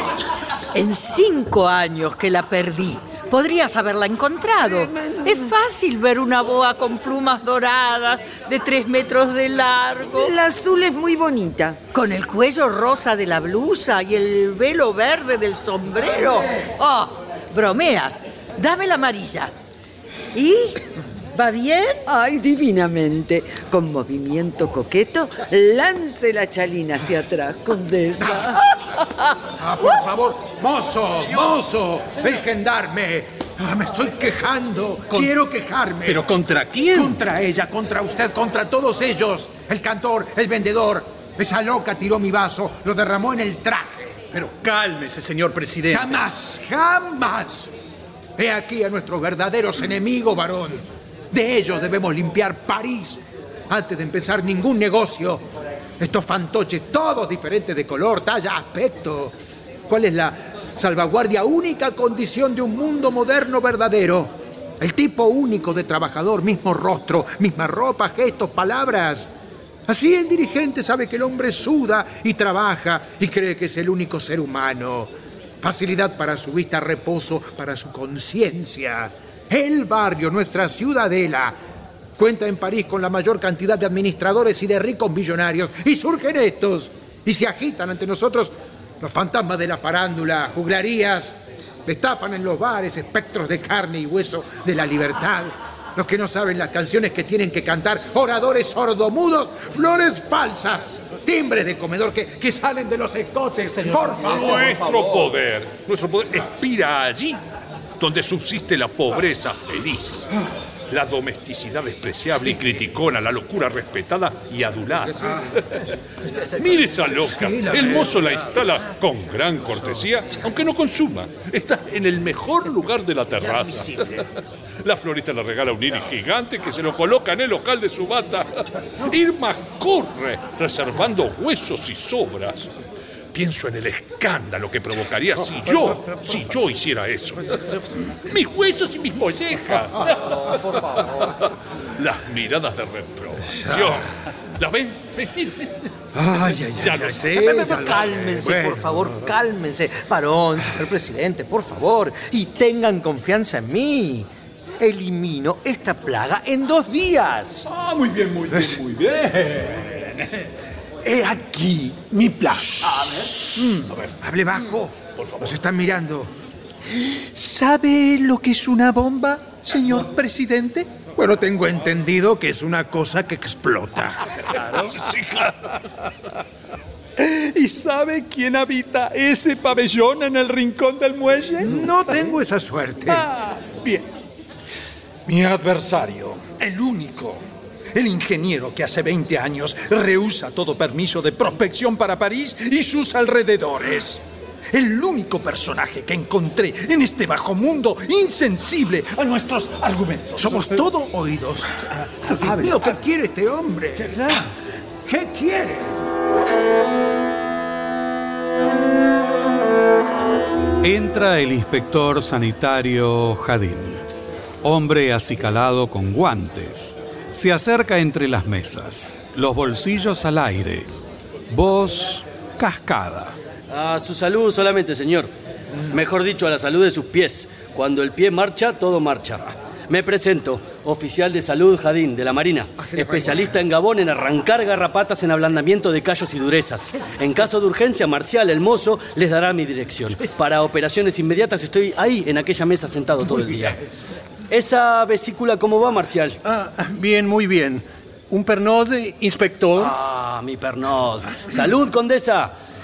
En cinco años que la perdí. Podrías haberla encontrado. Es fácil ver una boa con plumas doradas de tres metros de largo. La azul es muy bonita. Con el cuello rosa de la blusa y el velo verde del sombrero. ¡Oh! Bromeas. Dame la amarilla. ¿Y? ¿Va bien? Ay, divinamente. Con movimiento coqueto, lance la chalina hacia atrás, condesa. Ah, por favor, mozo, mozo, el gendarme. Ah, me estoy quejando. Con- Quiero quejarme. ¿Pero contra quién? Contra ella, contra usted, contra todos ellos. El cantor, el vendedor. Esa loca tiró mi vaso, lo derramó en el traje. Pero cálmese, señor presidente. Jamás, jamás. He aquí a nuestros verdaderos enemigos, varón. De ellos debemos limpiar París antes de empezar ningún negocio. Estos fantoches, todos diferentes de color, talla, aspecto. ¿Cuál es la salvaguardia única condición de un mundo moderno verdadero? El tipo único de trabajador, mismo rostro, misma ropa, gestos, palabras. Así el dirigente sabe que el hombre suda y trabaja y cree que es el único ser humano. Facilidad para su vista, reposo para su conciencia. El barrio, nuestra ciudadela, cuenta en París con la mayor cantidad de administradores y de ricos millonarios. Y surgen estos y se agitan ante nosotros los fantasmas de la farándula, juglarías, estafan en los bares, espectros de carne y hueso de la libertad. Los que no saben las canciones que tienen que cantar, oradores sordomudos, flores falsas, timbres de comedor que, que salen de los escotes. Por favor. Nuestro poder, nuestro poder expira allí donde subsiste la pobreza feliz, la domesticidad despreciable y criticona, la locura respetada y adulada. Mire esa loca. El mozo la instala con gran cortesía, aunque no consuma. Está en el mejor lugar de la terraza. La florista le regala un iris gigante que se lo coloca en el local de su bata. Irma corre, reservando huesos y sobras. Pienso en el escándalo que provocaría si yo, si yo hiciera eso. Mis huesos y mis mollejas. Las miradas de reprobación. ¿La ven? Ay, ay, ay, Ya ay, lo ay, sé, sí, Pe- pe- ya pe- lo Cálmense, sé. Bueno. por favor, cálmense. Varón, señor presidente, por favor. Y tengan confianza en mí. Elimino esta plaga en dos días. Ah, muy bien, muy bien, muy bien. He aquí mi plan. A ver, hable bajo. Por favor. Nos están mirando. ¿Sabe lo que es una bomba, señor presidente? Bueno, tengo entendido que es una cosa que explota. Sí, claro. ¿Y sabe quién habita ese pabellón en el rincón del muelle? No tengo esa suerte. Ah, bien. Mi adversario, el único, el ingeniero que hace veinte años rehúsa todo permiso de prospección para París y sus alrededores. El único personaje que encontré en este bajo mundo insensible a nuestros argumentos. Somos todos oídos. Dios mío, ¿qué quiere este hombre? ¿Qué quiere? Entra el inspector sanitario Jadín, hombre acicalado con guantes. Se acerca entre las mesas, los bolsillos al aire, voz cascada. A su salud solamente, señor. Mejor dicho, a la salud de sus pies. Cuando el pie marcha, todo marcha. Me presento, oficial de salud Jadín, de la Marina, especialista en Gabón en arrancar garrapatas en ablandamiento de callos y durezas. En caso de urgencia, Marcial, el mozo, les dará mi dirección. Para operaciones inmediatas estoy ahí, en aquella mesa, sentado todo el día. ¿Esa vesícula cómo va, Marcial? Ah, bien, muy bien. Un Pernod, inspector. Ah, mi Pernod. ¡Salud, condesa!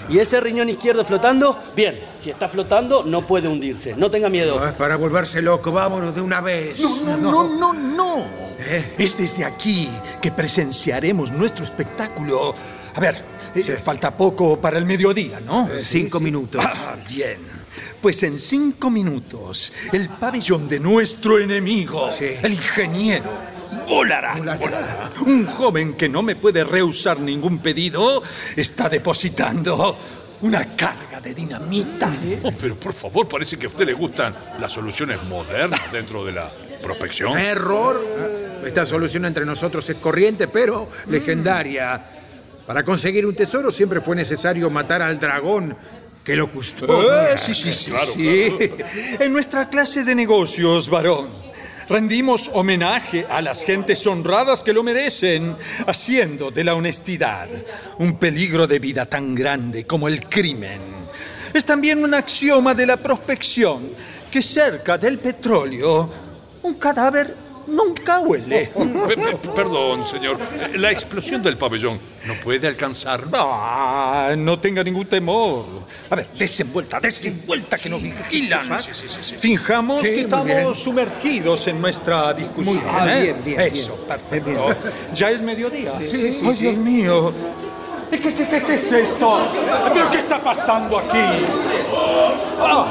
¿Y ese riñón izquierdo flotando? Bien, si está flotando, no puede hundirse. No tenga miedo. No es para volverse loco, vámonos de una vez. No, no, no, no, no. ¿Eh? Es desde aquí que presenciaremos nuestro espectáculo. A ver, sí. eh, falta poco para el mediodía, ¿no? Eh, cinco sí, minutos. Ah, bien. Pues en cinco minutos, el pabellón de nuestro enemigo, sí. el ingeniero, volará. volará. volará. Un joven que no me puede rehusar ningún pedido está depositando una carga de dinamita. Oh, pero por favor, parece que a usted le gustan las soluciones modernas dentro de la prospección. Error. Esta solución entre nosotros es corriente, pero legendaria. Para conseguir un tesoro siempre fue necesario matar al dragón que lo custodia. Eh, sí, sí, sí, claro, sí. Claro. En nuestra clase de negocios, varón, rendimos homenaje a las gentes honradas que lo merecen, haciendo de la honestidad un peligro de vida tan grande como el crimen. Es también un axioma de la prospección que cerca del petróleo un cadáver nunca huele. Oh, oh, pe- pe- perdón, señor. La explosión del pabellón no puede alcanzar. Ah, no tenga ningún temor. A ver, desenvuelta, desenvuelta, que nos vigilan. Sí, sí, sí, sí. Finjamos sí, que estamos bien. sumergidos en nuestra discusión. Muy bien, ¿eh? bien, bien, Eso, bien. perfecto. Bien. Ya es mediodía. Sí, sí, sí, Ay, sí. Dios mío. ¿Qué, qué, qué, qué es esto? ¿Pero qué está pasando aquí? Ah.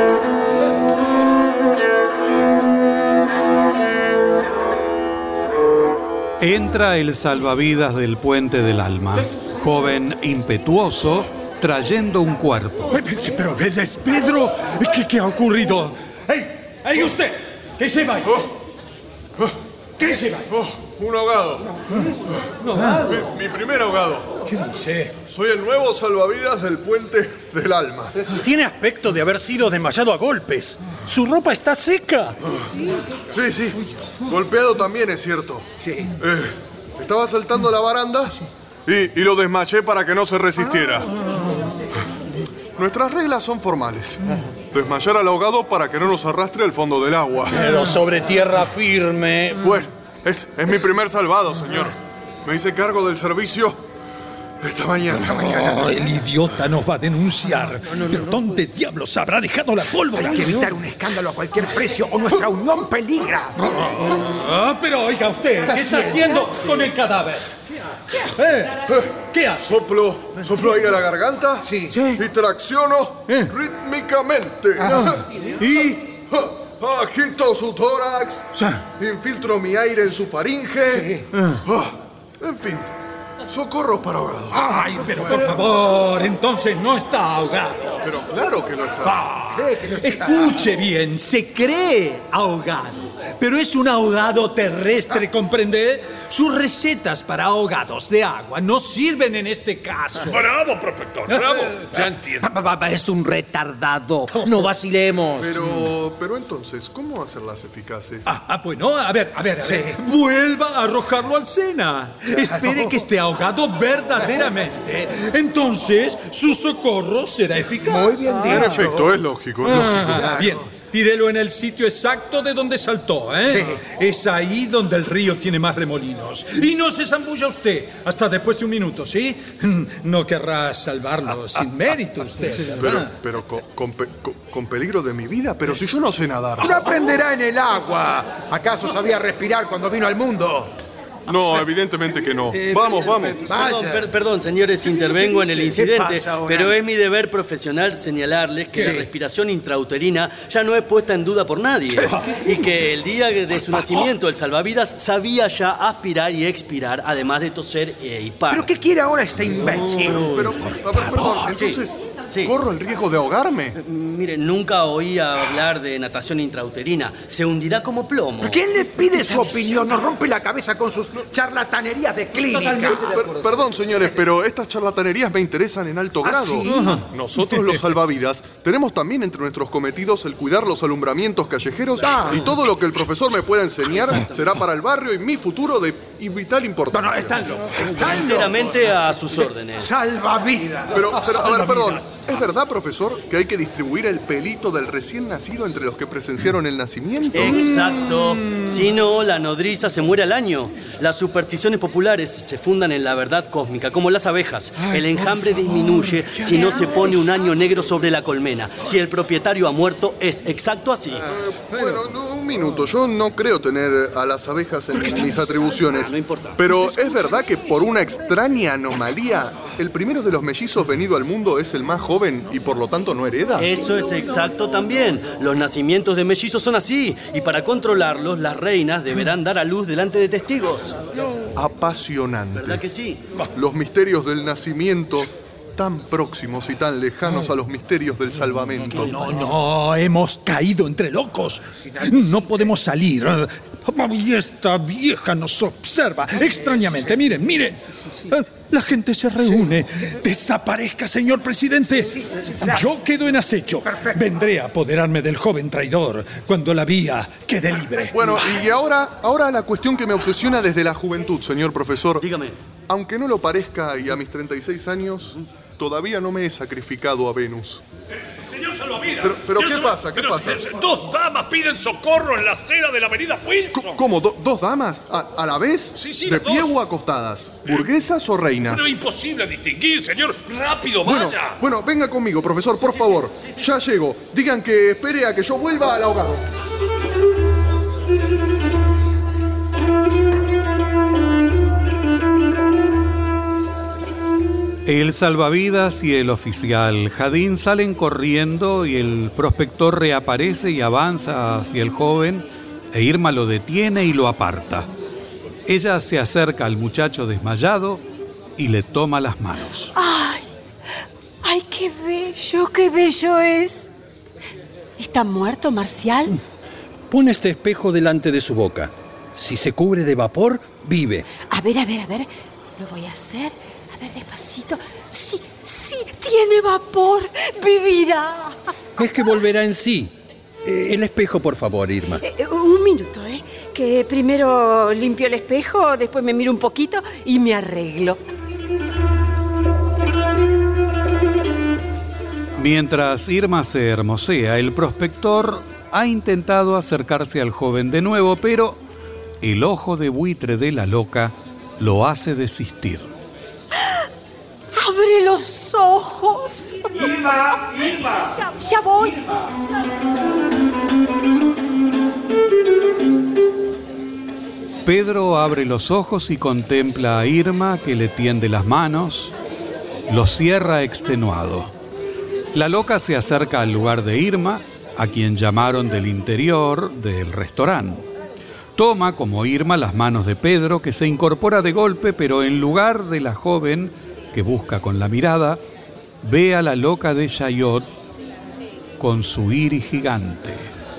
Entra el salvavidas del Puente del Alma, joven impetuoso, trayendo un cuerpo. Pero, pero ¿es Pedro? ¿Qué, qué ha ocurrido? ¡Ey! ¡Ey, usted! ¿Qué se va? Oh. Oh. ¿Qué se va? Oh, un ahogado. ¿Un ahogado? Mi, mi primer ahogado. ¿Qué dice? Soy el nuevo salvavidas del Puente del Alma. Tiene aspecto de haber sido desmayado a golpes. Su ropa está seca. Sí, sí. Golpeado también, es cierto. Sí. Eh, estaba saltando la baranda y, y lo desmaché para que no se resistiera. Nuestras reglas son formales. Desmayar al ahogado para que no nos arrastre al fondo del agua. Pero sobre tierra firme. Bueno, es, es mi primer salvado, señor. Me hice cargo del servicio esta mañana. Esta mañana. Oh, el idiota nos va a denunciar. No, no, no, ¿Pero no, dónde no, diablos habrá dejado la pólvora? Hay que evitar un escándalo a cualquier precio o nuestra unión peligra. Ah, pero oiga usted, ¿qué está haciendo con el cadáver? ¿Qué hace? ¿Eh? ¿Qué hace? Soplo, soplo aire a la garganta sí. y tracciono ¿Eh? rítmicamente. Ah. ¿Y? Agito su tórax, sí. infiltro mi aire en su faringe. Sí. Ah, en fin, socorro para ahogados. Ay, pero por favor, entonces no está ahogado. Pero claro que no está. Ah, escuche bien, se cree ahogado, pero es un ahogado terrestre, ¿comprende? Sus recetas para ahogados de agua no sirven en este caso. Bravo, prospector, bravo. Ya entiendo. Es un retardado. No vacilemos. Pero, pero entonces, ¿cómo hacerlas eficaces? Ah, ah, bueno, a ver, a ver, a ver. Sí. Vuelva a arrojarlo al Sena. Espere que esté ahogado verdaderamente. Entonces, su socorro será eficaz. Muy bien dicho. En efecto, es lógico, es ah, lógico. Claro. Bien. Tírelo en el sitio exacto de donde saltó, ¿eh? Sí. Es ahí donde el río tiene más remolinos. Y no se zambulla usted hasta después de un minuto, ¿sí? No querrá salvarlo sin mérito usted, ¿verdad? Pero, pero con, con, pe, con, con peligro de mi vida, pero si yo no sé nadar. ¡Lo aprenderá en el agua! ¿Acaso sabía respirar cuando vino al mundo? No, evidentemente que no. Eh, vamos, vamos. Perdón, per, perdón, señores, intervengo en el incidente, pero es mi deber profesional señalarles que ¿Qué? la respiración intrauterina ya no es puesta en duda por nadie. Y que el día de su nacimiento, el salvavidas sabía ya aspirar y expirar, además de toser e hipar. ¿Pero qué quiere ahora este imbécil? Oh, pero, por favor, perdón, entonces, sí, sí. ¿corro el riesgo de ahogarme? Mire, nunca oí hablar de natación intrauterina. Se hundirá como plomo. ¿Quién le pide su opinión? Nos rompe la cabeza con sus charlatanerías de clínica. Per, perdón, señores, pero estas charlatanerías me interesan en alto grado. ¿Ah, sí? uh-huh. Nosotros, los salvavidas, tenemos también entre nuestros cometidos el cuidar los alumbramientos callejeros ah. y todo lo que el profesor me pueda enseñar será para el barrio y mi futuro de vital importancia. No, no, están locos. Están enteramente a sus órdenes. Salvavidas. Pero, pero, a ver, perdón. ¿Es verdad, profesor, que hay que distribuir el pelito del recién nacido entre los que presenciaron el nacimiento? Exacto. Si no, la nodriza se muere al año. Las supersticiones populares se fundan en la verdad cósmica, como las abejas. El enjambre disminuye si no se pone un año negro sobre la colmena. Si el propietario ha muerto, es exacto así. Eh, bueno, no, un minuto. Yo no creo tener a las abejas en mis atribuciones. No importa. Pero ¿es verdad que por una extraña anomalía, el primero de los mellizos venido al mundo es el más joven y por lo tanto no hereda? Eso es exacto también. Los nacimientos de mellizos son así. Y para controlarlos, las reinas deberán dar a luz delante de testigos. Apasionante. ¿Verdad que sí? Los misterios del nacimiento, tan próximos y tan lejanos a los misterios del salvamento. No, no, hemos caído entre locos. No podemos salir. Y esta vieja nos observa extrañamente. Miren, miren. La gente se reúne. Desaparezca, señor presidente. Yo quedo en acecho. Vendré a apoderarme del joven traidor cuando la vía quede libre. Bueno, y ahora, ahora la cuestión que me obsesiona desde la juventud, señor profesor. Dígame. Aunque no lo parezca y a mis treinta y seis años, todavía no me he sacrificado a Venus. Señor Salvavidas. Pero, pero ¿qué Sal... pasa? ¿Qué pero, pasa? Dos damas piden socorro en la acera de la avenida Wilson. ¿Cómo? ¿Do- ¿Dos damas? ¿A, a la vez? Sí, sí, ¿De las pie dos. o acostadas? ¿Burguesas o reinas? Pero imposible distinguir, señor. Rápido, Bueno, vaya. bueno, venga conmigo, profesor, por favor. Ya llego. Digan que espere a que yo vuelva al ahogado. El salvavidas y el oficial Jadín salen corriendo y el prospector reaparece y avanza hacia el joven e Irma lo detiene y lo aparta. Ella se acerca al muchacho desmayado y le toma las manos. ¡Ay! ¡Ay, qué bello, qué bello es! ¿Está muerto, Marcial? Pon este espejo delante de su boca. Si se cubre de vapor, vive. A ver, a ver, a ver. Lo voy a hacer. A ver, despacito. Sí, sí, tiene vapor. Vivirá. Es que volverá en sí. Eh, el espejo, por favor, Irma. Eh, un minuto, ¿eh? Que primero limpio el espejo, después me miro un poquito y me arreglo. Mientras Irma se hermosea, el prospector ha intentado acercarse al joven de nuevo, pero el ojo de buitre de la loca lo hace desistir. ¡Abre los ojos! ¡Irma! ¡Irma! Ya, ya voy. Pedro abre los ojos y contempla a Irma, que le tiende las manos, lo cierra extenuado. La loca se acerca al lugar de Irma, a quien llamaron del interior del restaurante. Toma, como Irma, las manos de Pedro, que se incorpora de golpe, pero en lugar de la joven, que busca con la mirada, ve a la loca de Chaillot con su iris gigante.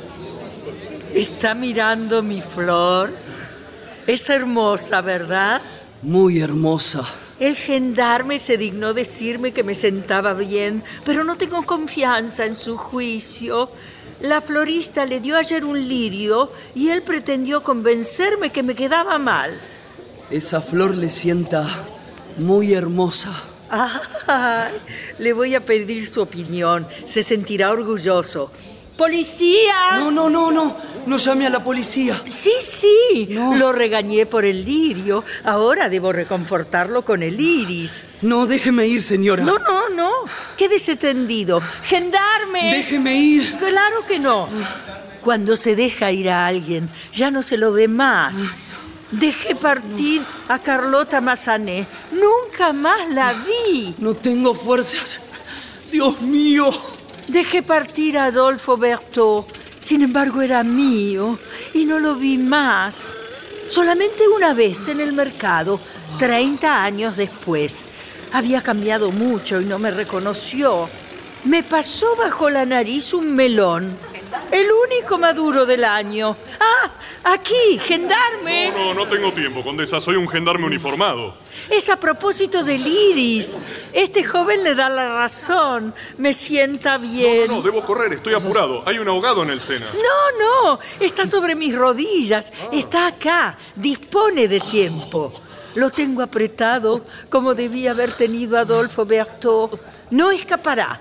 ¿Está mirando mi flor? Es hermosa, ¿verdad? Muy hermosa. El gendarme se dignó decirme que me sentaba bien, pero no tengo confianza en su juicio. La florista le dio ayer un lirio y él pretendió convencerme que me quedaba mal. Esa flor le sienta muy hermosa. Ay, le voy a pedir su opinión. Se sentirá orgulloso. ¡Policía! No, no, no, no. No llame a la policía. Sí, sí. No. Lo regañé por el lirio. Ahora debo reconfortarlo con el iris. No, déjeme ir, señora. No, no, no. Quédese tendido. ¡Gendarme! Déjeme ir. Claro que no. Cuando se deja ir a alguien, ya no se lo ve más. Dejé partir a Carlota Massanet. Nunca más la vi. No tengo fuerzas. Dios mío. Dejé partir a Adolfo Berthaud. Sin embargo, era mío y no lo vi más. Solamente una vez en el mercado, treinta años después. Había cambiado mucho y no me reconoció. Me pasó bajo la nariz un melón. El único maduro del año. ¡Ah! ¡Aquí! ¡Gendarme! No, no, no tengo tiempo, condesa. Soy un gendarme uniformado. Es a propósito del iris. Este joven le da la razón. Me sienta bien. No, no, no, debo correr. Estoy apurado. Hay un ahogado en el Sena. No, no. Está sobre mis rodillas. Está acá. Dispone de tiempo. Lo tengo apretado como debía haber tenido Adolfo Berthaud. No escapará.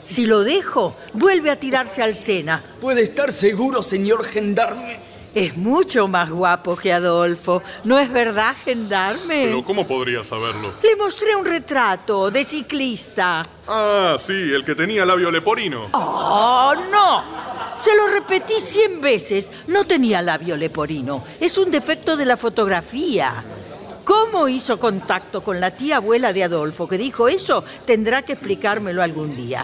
Si lo dejo, vuelve a tirarse al Sena. Puede estar seguro, señor gendarme. Es mucho más guapo que Adolfo. ¿No es verdad, gendarme? Pero ¿cómo podría saberlo? Le mostré un retrato de ciclista. Ah, sí, el que tenía labio leporino. ¡Oh, no! Se lo repetí cien veces. No tenía labio leporino. Es un defecto de la fotografía. ¿Cómo hizo contacto con la tía abuela de Adolfo que dijo eso? Tendrá que explicármelo algún día.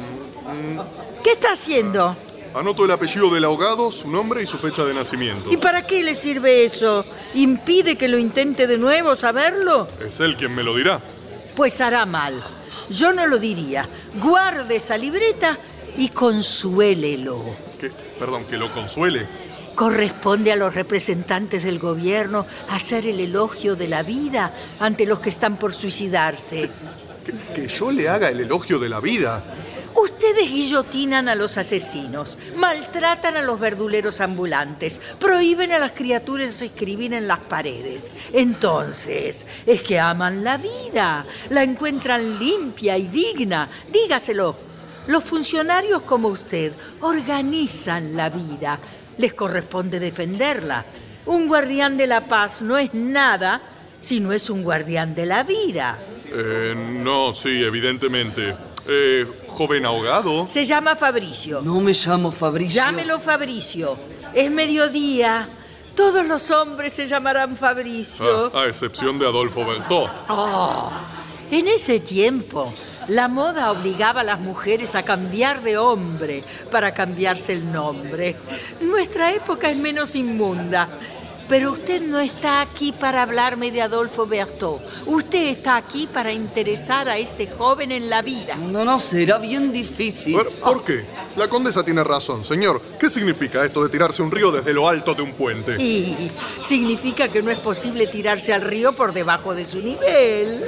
¿Qué está haciendo? Anoto el apellido del ahogado, su nombre y su fecha de nacimiento. ¿Y para qué le sirve eso? ¿Impide que lo intente de nuevo saberlo? Es él quien me lo dirá. Pues hará mal. Yo no lo diría. Guarde esa libreta y consuélelo. ¿Qué? Perdón, ¿que lo consuele? Corresponde a los representantes del gobierno hacer el elogio de la vida ante los que están por suicidarse. ¿Que, que yo le haga el elogio de la vida? Ustedes guillotinan a los asesinos, maltratan a los verduleros ambulantes, prohíben a las criaturas escribir en las paredes. Entonces, es que aman la vida, la encuentran limpia y digna. Dígaselo. Los funcionarios como usted organizan la vida. Les corresponde defenderla. Un guardián de la paz no es nada si no es un guardián de la vida. Eh, no, sí, evidentemente. Eh, joven ahogado. Se llama Fabricio. No me llamo Fabricio. Llámelo Fabricio. Es mediodía. Todos los hombres se llamarán Fabricio. Ah, a excepción de Adolfo Bertó. Oh, en ese tiempo, la moda obligaba a las mujeres a cambiar de hombre para cambiarse el nombre. Nuestra época es menos inmunda. Pero usted no está aquí para hablarme de Adolfo Bertó. Usted está aquí para interesar a este joven en la vida. No, no, será bien difícil. ¿Por, ¿por qué? La condesa tiene razón, señor. ¿Qué significa esto de tirarse un río desde lo alto de un puente? Y significa que no es posible tirarse al río por debajo de su nivel.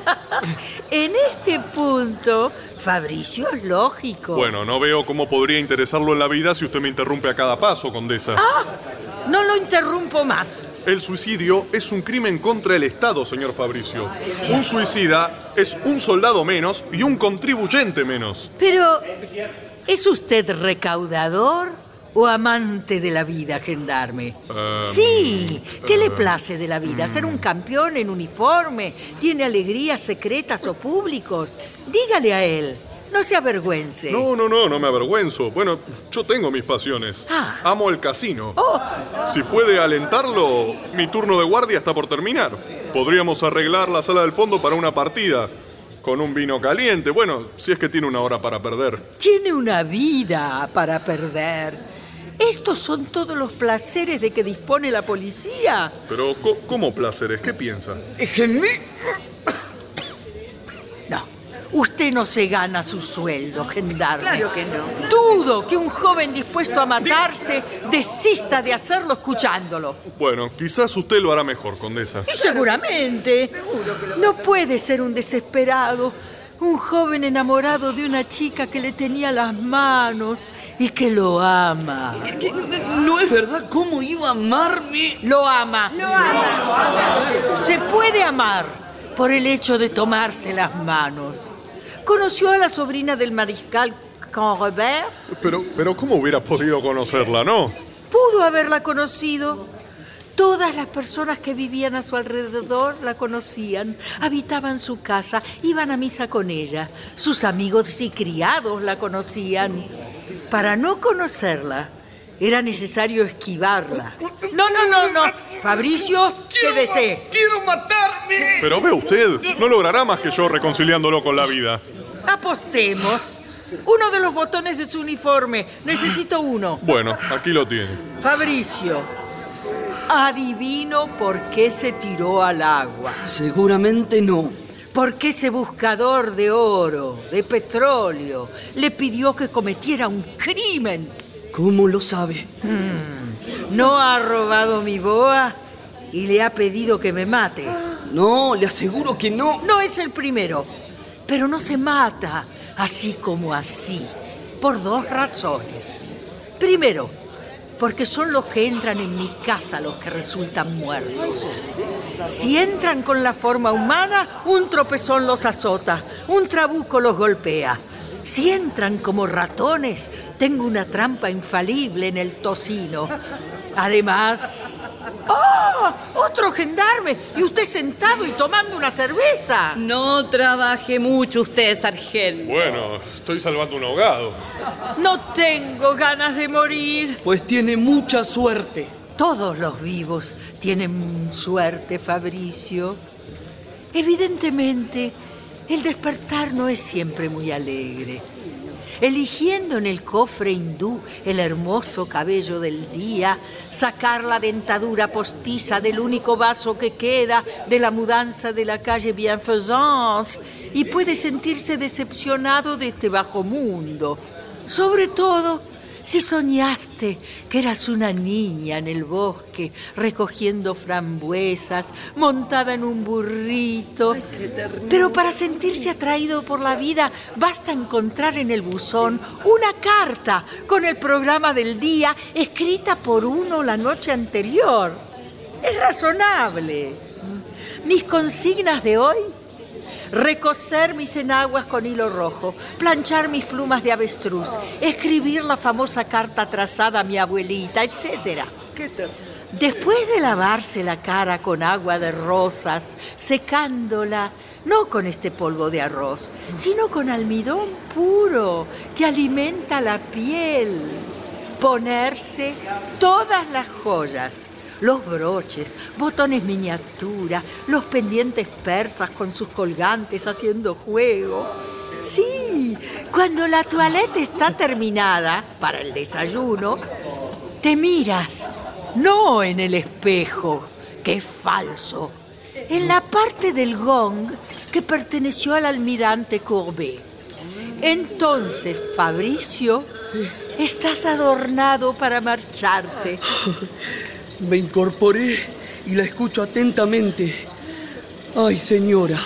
En este punto, Fabricio es lógico. Bueno, no veo cómo podría interesarlo en la vida si usted me interrumpe a cada paso, condesa. ¡Ah! No lo interrumpo más. El suicidio es un crimen contra el Estado, señor Fabricio. Un suicida es un soldado menos y un contribuyente menos. Pero, ¿es usted recaudador o amante de la vida, gendarme? Um, sí. ¿Qué uh, le place de la vida? ¿Ser un campeón en uniforme? ¿Tiene alegrías secretas o públicos? Dígale a él. No se avergüence. No, no, no, no me avergüenzo. Bueno, yo tengo mis pasiones. Ah. Amo el casino. Oh. Si puede alentarlo, mi turno de guardia está por terminar. Podríamos arreglar la sala del fondo para una partida. Con un vino caliente. Bueno, si es que tiene una hora para perder. Tiene una vida para perder. Estos son todos los placeres de que dispone la policía. Pero, ¿cómo placeres? ¿Qué piensa? Déjenme. No. Usted no se gana su sueldo, gendarme. Claro que no. Dudo que un joven dispuesto a matarse desista de hacerlo escuchándolo. Bueno, quizás usted lo hará mejor, condesa. Y seguramente. No puede ser un desesperado, un joven enamorado de una chica que le tenía las manos y que lo ama. Es que no es verdad. ¿Cómo iba a amarme? Lo ama. Lo ama. Se puede amar por el hecho de tomarse las manos. ¿Conoció a la sobrina del mariscal Canrobert? Pero, pero ¿cómo hubiera podido conocerla, no? Pudo haberla conocido. Todas las personas que vivían a su alrededor la conocían, habitaban su casa, iban a misa con ella. Sus amigos y criados la conocían. Para no conocerla, era necesario esquivarla. No, no, no, no. Fabricio, quédese. ¡Quiero matarme! Pero ve usted, no logrará más que yo reconciliándolo con la vida. Apostemos. Uno de los botones de su uniforme. Necesito uno. Bueno, aquí lo tiene. Fabricio, adivino por qué se tiró al agua. Seguramente no. Porque ese buscador de oro, de petróleo, le pidió que cometiera un crimen. ¿Cómo lo sabe? Hmm. ¿No ha robado mi boa y le ha pedido que me mate? No, le aseguro que no. No es el primero, pero no se mata así como así, por dos razones. Primero, porque son los que entran en mi casa los que resultan muertos. Si entran con la forma humana, un tropezón los azota, un trabuco los golpea. Si entran como ratones, tengo una trampa infalible en el tocino. Además... ¡Oh! ¡Otro gendarme! Y usted sentado y tomando una cerveza. No trabaje mucho usted, sargento. Bueno, estoy salvando un ahogado. No tengo ganas de morir. Pues tiene mucha suerte. Todos los vivos tienen suerte, Fabricio. Evidentemente, el despertar no es siempre muy alegre. Eligiendo en el cofre hindú el hermoso cabello del día, sacar la dentadura postiza del único vaso que queda de la mudanza de la calle Bienfaisance, y puede sentirse decepcionado de este bajo mundo. Sobre todo si soñaste que eras una niña en el bosque recogiendo frambuesas, montada en un burrito. Ay, qué ternura. Pero para sentirse atraído por la vida basta encontrar en el buzón una carta con el programa del día escrita por uno la noche anterior. Es razonable. Mis consignas de hoy: recocer mis enaguas con hilo rojo, planchar mis plumas de avestruz, escribir la famosa carta trazada a mi abuelita, etcétera. Después de lavarse la cara con agua de rosas, secándola, no con este polvo de arroz, sino con almidón puro que alimenta la piel, ponerse todas las joyas, los broches, botones miniatura, los pendientes persas con sus colgantes haciendo juego. Sí, cuando la toilette está terminada para el desayuno, te miras, no en el espejo, que es falso, en la parte del gong que perteneció al almirante Courbet. Entonces, Fabricio, estás adornado para marcharte. Me incorporé y la escucho atentamente. Ay, señora.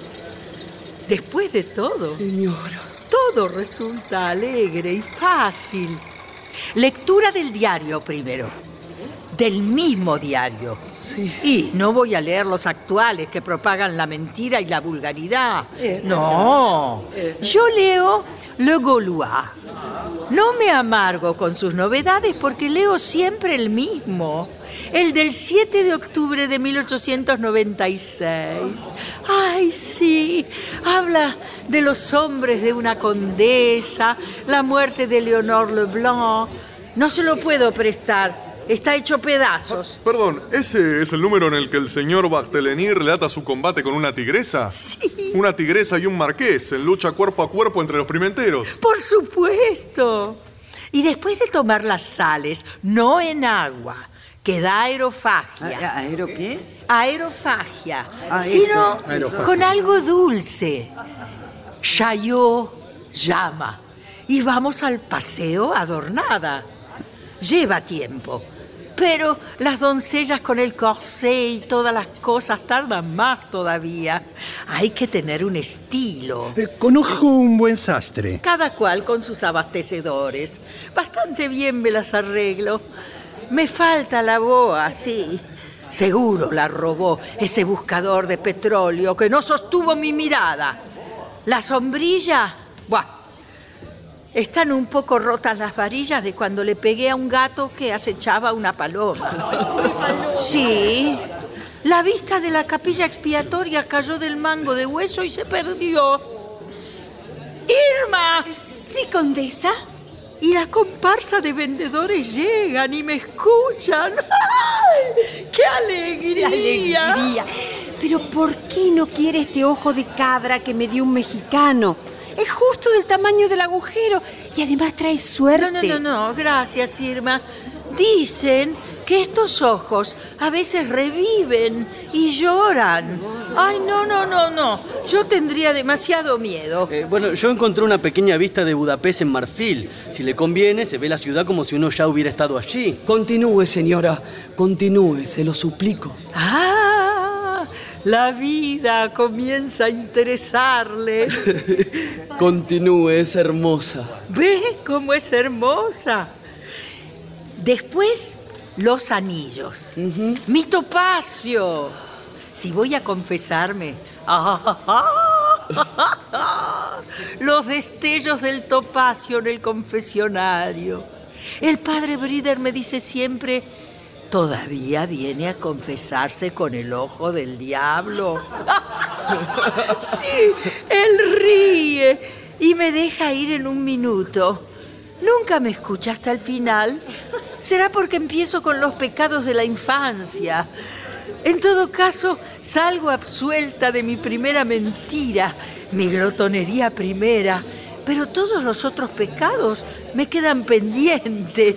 Después de todo, señora, todo resulta alegre y fácil. Lectura del diario primero. Del mismo diario. Sí. Y no voy a leer los actuales que propagan la mentira y la vulgaridad. No. Yo leo Le Gaulois. No me amargo con sus novedades porque leo siempre el mismo. El del siete de octubre de mil ochocientos noventa y seis. Ay, sí. Habla de los hombres de una condesa, la muerte de Leonor Leblanc. No se lo puedo prestar. Está hecho pedazos. Ah, perdón, ¿ese es el número en el que el señor Barthélemy relata su combate con una tigresa? Sí. Una tigresa y un marqués en lucha cuerpo a cuerpo entre los pimenteros. Por supuesto. Y después de tomar las sales, no en agua, que da aerofagia. ¿Aero qué? Aerofagia. Ah, sino eso. Aerofagia. Con algo dulce. Chaillot llama. Y vamos al paseo adornada. Lleva tiempo. Pero las doncellas con el corsé y todas las cosas tardan más todavía. Hay que tener un estilo. Eh, conozco un buen sastre. Cada cual con sus abastecedores. Bastante bien me las arreglo. Me falta la boa, sí. Seguro la robó ese buscador de petróleo que no sostuvo mi mirada. La sombrilla, buah. Están un poco rotas las varillas de cuando le pegué a un gato que acechaba una paloma. Sí, la vista de la capilla expiatoria cayó del mango de hueso y se perdió. ¡Irma! Sí, condesa. Y la comparsa de vendedores llegan y me escuchan. ¡Ay! ¡Qué alegría! ¡Qué alegría! Pero ¿por qué no quiere este ojo de cabra que me dio un mexicano? Es justo del tamaño del agujero y además trae suerte. No, no, no, no, gracias, Irma. Dicen que estos ojos a veces reviven y lloran. Ay, no, no, no, no. Yo tendría demasiado miedo. Eh, bueno, yo encontré una pequeña vista de Budapest en marfil. Si le conviene, se ve la ciudad como si uno ya hubiera estado allí. Continúe, señora. Continúe, se lo suplico. Ah, la vida comienza a interesarle. Continúe, es hermosa. ¿Ves cómo es hermosa? Después, los anillos. Uh-huh. Mi topacio. Si voy a confesarme, ah, Los destellos del topacio en el confesionario. El padre Brider me dice siempre, todavía viene a confesarse con el ojo del diablo. Sí, él ríe y me deja ir en un minuto. Nunca me escucha hasta el final. Será porque empiezo con los pecados de la infancia. En todo caso, salgo absuelta de mi primera mentira, mi glotonería primera, pero todos los otros pecados me quedan pendientes.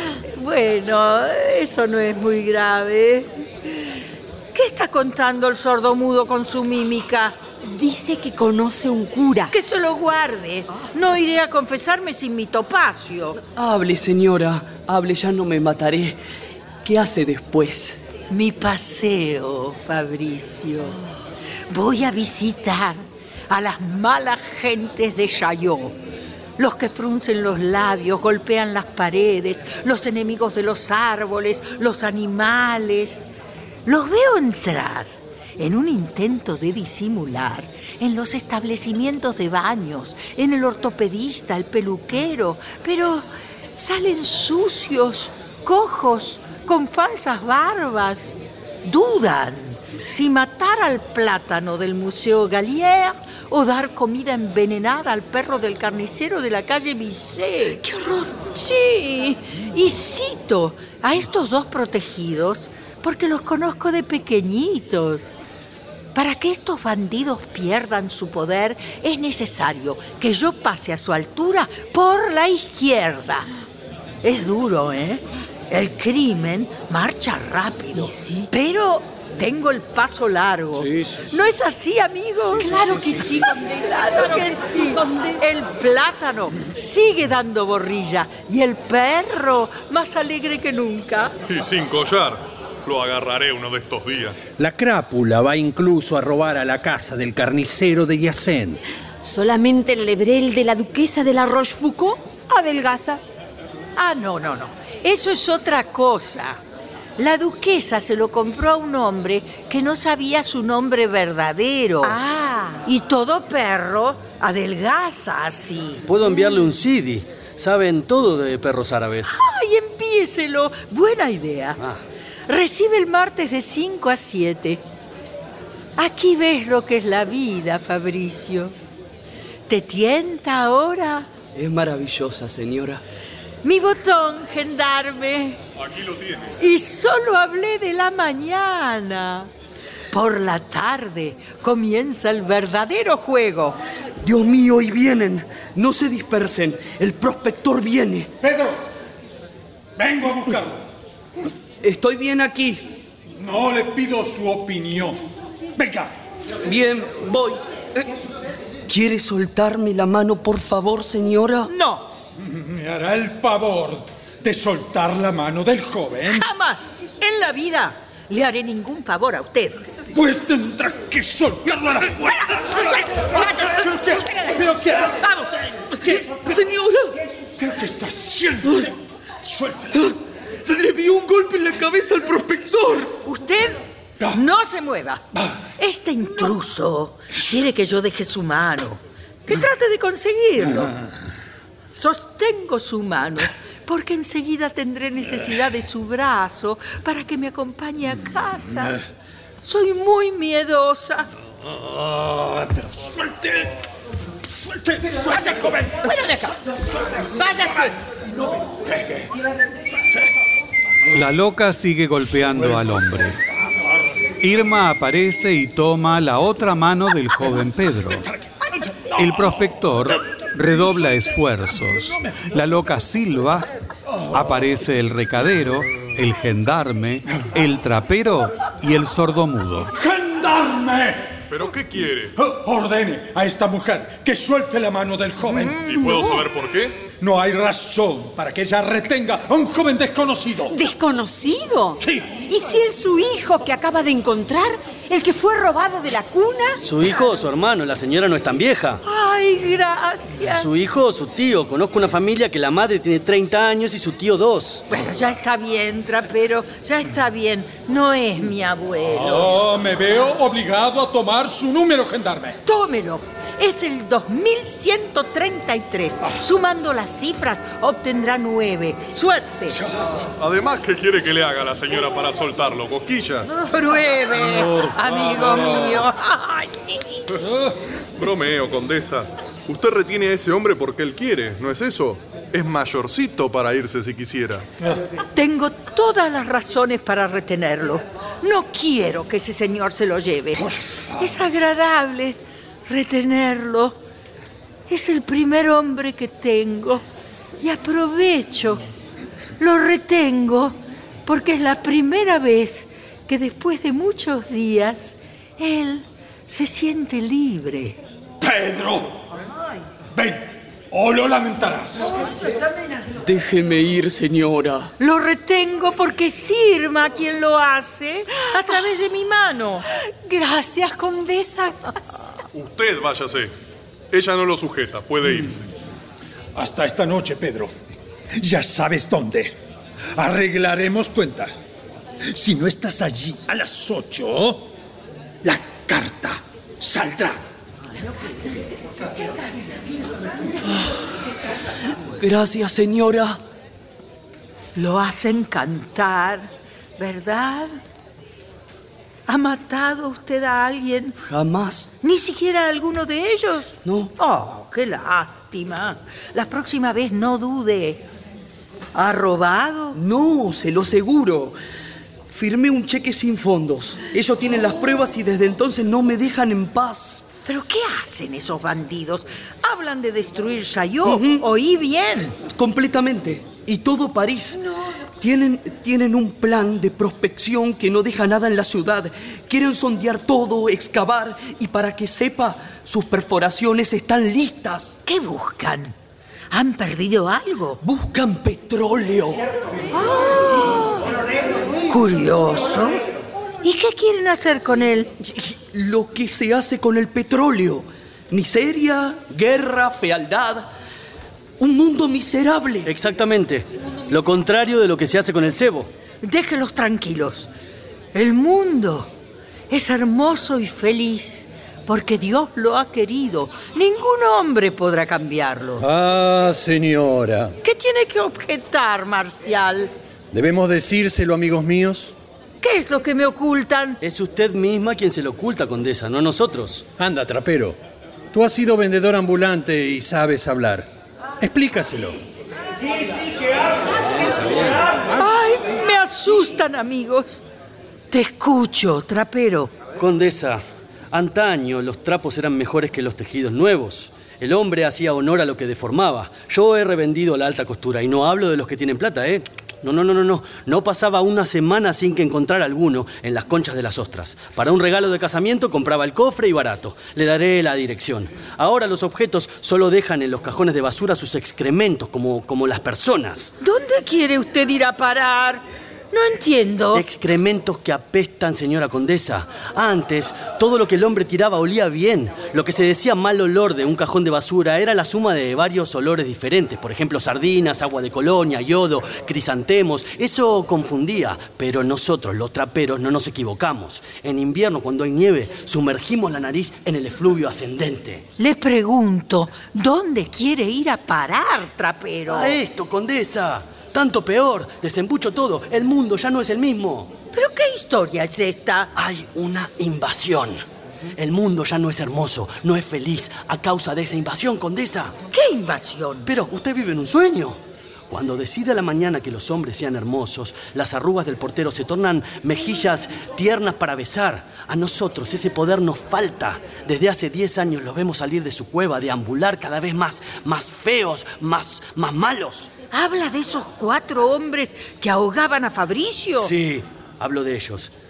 Bueno, eso no es muy grave. ¿Qué está contando el sordomudo con su mímica? Dice que conoce un cura. Que se lo guarde. No iré a confesarme sin mi topacio. Hable, señora. Hable, ya no me mataré. ¿Qué hace después? Mi paseo, Fabricio. Voy a visitar a las malas gentes de Chaillot. Los que fruncen los labios, golpean las paredes, los enemigos de los árboles, los animales. Los veo entrar en un intento de disimular en los establecimientos de baños, en el ortopedista, el peluquero, pero salen sucios, cojos, con falsas barbas. Dudan si matar al plátano del Museo Gallier o dar comida envenenada al perro del carnicero de la calle Bisset. ¡Qué horror! Sí, y cito a estos dos protegidos porque los conozco de pequeñitos. Para que estos bandidos pierdan su poder, es necesario que yo pase a su altura por la izquierda. Es duro, ¿eh? El crimen marcha rápido, sí, pero tengo el paso largo. Sí, sí, sí. ¿No es así, amigos? Claro que sí, condesa. Claro que sí. El plátano sigue dando borrilla y el perro más alegre que nunca. Y sin collar. Lo agarraré uno de estos días. La crápula va incluso a robar a la casa del carnicero de Hyacinthe. Solamente el lebrel de la duquesa de la Rochefoucauld adelgaza. Ah, no, no, no. Eso es otra cosa. La duquesa se lo compró a un hombre que no sabía su nombre verdadero. Ah. Y todo perro adelgaza así. Puedo enviarle un C D. Saben todo de perros árabes. ¡Ay, empiécelo! Buena idea. Ah. Recibe el martes de cinco a siete. Aquí ves lo que es la vida, Fabricio. ¿Te tienta ahora? Es maravillosa, señora. Mi botón, gendarme. Aquí lo tiene. Y solo hablé de la mañana. Por la tarde comienza el verdadero juego. Dios mío, y vienen. No se dispersen. El prospector viene. Pedro, vengo a buscarlo. Estoy bien aquí. No le pido su opinión. Venga. Bien, voy. ¿Quiere soltarme la mano, por favor, señora? No. ¿Me hará el favor de soltar la mano del joven? Jamás en la vida le haré ningún favor a usted. Pues tendrá que soltarlo a la fuerza. ¿Pero qué, pero qué hace? ¡Vamos! ¿Qué? Señora. ¿Pero qué está haciendo? Suéltala. Le dio un golpe en la cabeza al prospector. Usted no se mueva. Este intruso quiere que yo deje su mano. Que trate de conseguirlo. Sostengo su mano porque enseguida tendré necesidad de su brazo para que me acompañe a casa. Soy muy miedosa. Oh, pero suelte. Suelte. Váyase, joven. Fuera de acá. Váyase. No me pegue. La loca sigue golpeando al hombre. Irma aparece y toma la otra mano del joven Pedro. El prospector redobla esfuerzos. La loca silba. Aparece el recadero, el gendarme, el trapero y el sordomudo. ¡Gendarme! ¿Pero qué quiere? Ordene a esta mujer que suelte la mano del joven. ¿Y puedo saber por qué? No hay razón para que ella retenga a un joven desconocido. ¿Desconocido? Sí. ¿Y si es su hijo que acaba de encontrar? ¿El que fue robado de la cuna? ¿Su hijo o su hermano? La señora no es tan vieja. Ay, gracias. ¿Su hijo o su tío? Conozco una familia que la madre tiene treinta años y su tío dos. Bueno, ya está bien, trapero, ya está bien. No es mi abuelo. Oh, me veo obligado a tomar su número, gendarme. Tómelo. Es el dos mil ciento treinta y tres. Sumando las cifras, obtendrá nueve. ¡Suerte! Además, ¿qué quiere que le haga la señora para soltarlo? ¿Cosquilla? Pruebe, amigo mío. Ay. Bromeo, condesa. Usted retiene a ese hombre porque él quiere, ¿no es eso? Es mayorcito para irse si quisiera. Tengo todas las razones para retenerlo. No quiero que ese señor se lo lleve. Es agradable retenerlo. Es el primer hombre que tengo. Y aprovecho. Lo retengo porque es la primera vez que después de muchos días él se siente libre. ¡Pedro! ¡Ven! ¡O lo lamentarás! Déjeme ir, señora. Lo retengo porque es Irma quien lo hace a través de mi mano. Gracias, condesa. Usted váyase. Ella no lo sujeta, puede irse. Hasta esta noche, Pedro. Ya sabes dónde. Arreglaremos cuentas. Si no estás allí a las ocho, la carta saldrá. Gracias, señora. Lo hacen cantar, ¿verdad? ¿Ha matado usted a alguien? Jamás. ¿Ni siquiera a alguno de ellos? No. Oh, qué lástima. La próxima vez no dude. ¿Ha robado? No, se lo aseguro. Firmé un cheque sin fondos. Ellos tienen las pruebas y desde entonces no me dejan en paz. ¿Pero qué hacen esos bandidos? ¿Hablan de destruir Chaillot? Uh-huh. ¿Oí bien? Completamente. Y todo París. No. Tienen, tienen un plan de prospección que no deja nada en la ciudad. Quieren sondear todo, excavar. Y para que sepa, sus perforaciones están listas. ¿Qué buscan? ¿Han perdido algo? Buscan petróleo. Oh, curioso. ¿Y qué quieren hacer con él? Lo que se hace con el petróleo. Miseria, guerra, fealdad. Un mundo miserable. Exactamente. Lo contrario de lo que se hace con el cebo. Déjenlos tranquilos. El mundo es hermoso y feliz porque Dios lo ha querido. Ningún hombre podrá cambiarlo. Ah, señora. ¿Qué tiene que objetar, Marcial? ¿Debemos decírselo, amigos míos? ¿Qué es lo que me ocultan? Es usted misma quien se lo oculta, condesa, no nosotros. Anda, trapero. Tú has sido vendedor ambulante y sabes hablar. Explícaselo. Sí, sí, ¿qué haces? Ay, me asustan, amigos. Te escucho, trapero. Condesa, antaño los trapos eran mejores que los tejidos nuevos. El hombre hacía honor a lo que deformaba. Yo he revendido la alta costura y no hablo de los que tienen plata, ¿eh? No, no, no, no, no. No pasaba una semana sin que encontrara alguno en las conchas de las ostras. Para un regalo de casamiento compraba el cofre y barato. Le daré la dirección. Ahora los objetos solo dejan en los cajones de basura sus excrementos, como, como las personas. ¿Dónde quiere usted ir a parar? No entiendo. Excrementos que apestan, señora condesa. Antes, todo lo que el hombre tiraba olía bien. Lo que se decía mal olor de un cajón de basura era la suma de varios olores diferentes. Por ejemplo, sardinas, agua de colonia, yodo, crisantemos. Eso confundía. Pero nosotros, los traperos, no nos equivocamos. En invierno, cuando hay nieve, sumergimos la nariz en el efluvio ascendente. Le pregunto, ¿dónde quiere ir a parar, trapero? A esto, condesa. Tanto peor, desembucho todo, el mundo ya no es el mismo. ¿Pero qué historia es esta? Hay una invasión. El mundo ya no es hermoso, no es feliz a causa de esa invasión, condesa. ¿Qué invasión? Pero usted vive en un sueño. Cuando decide a la mañana que los hombres sean hermosos, las arrugas del portero se tornan mejillas tiernas para besar. A nosotros ese poder nos falta. Desde hace diez años los vemos salir de su cueva, deambular cada vez más, más feos, más, más malos. ¿Habla de esos cuatro hombres que ahogaban a Fabricio? Sí, hablo de ellos.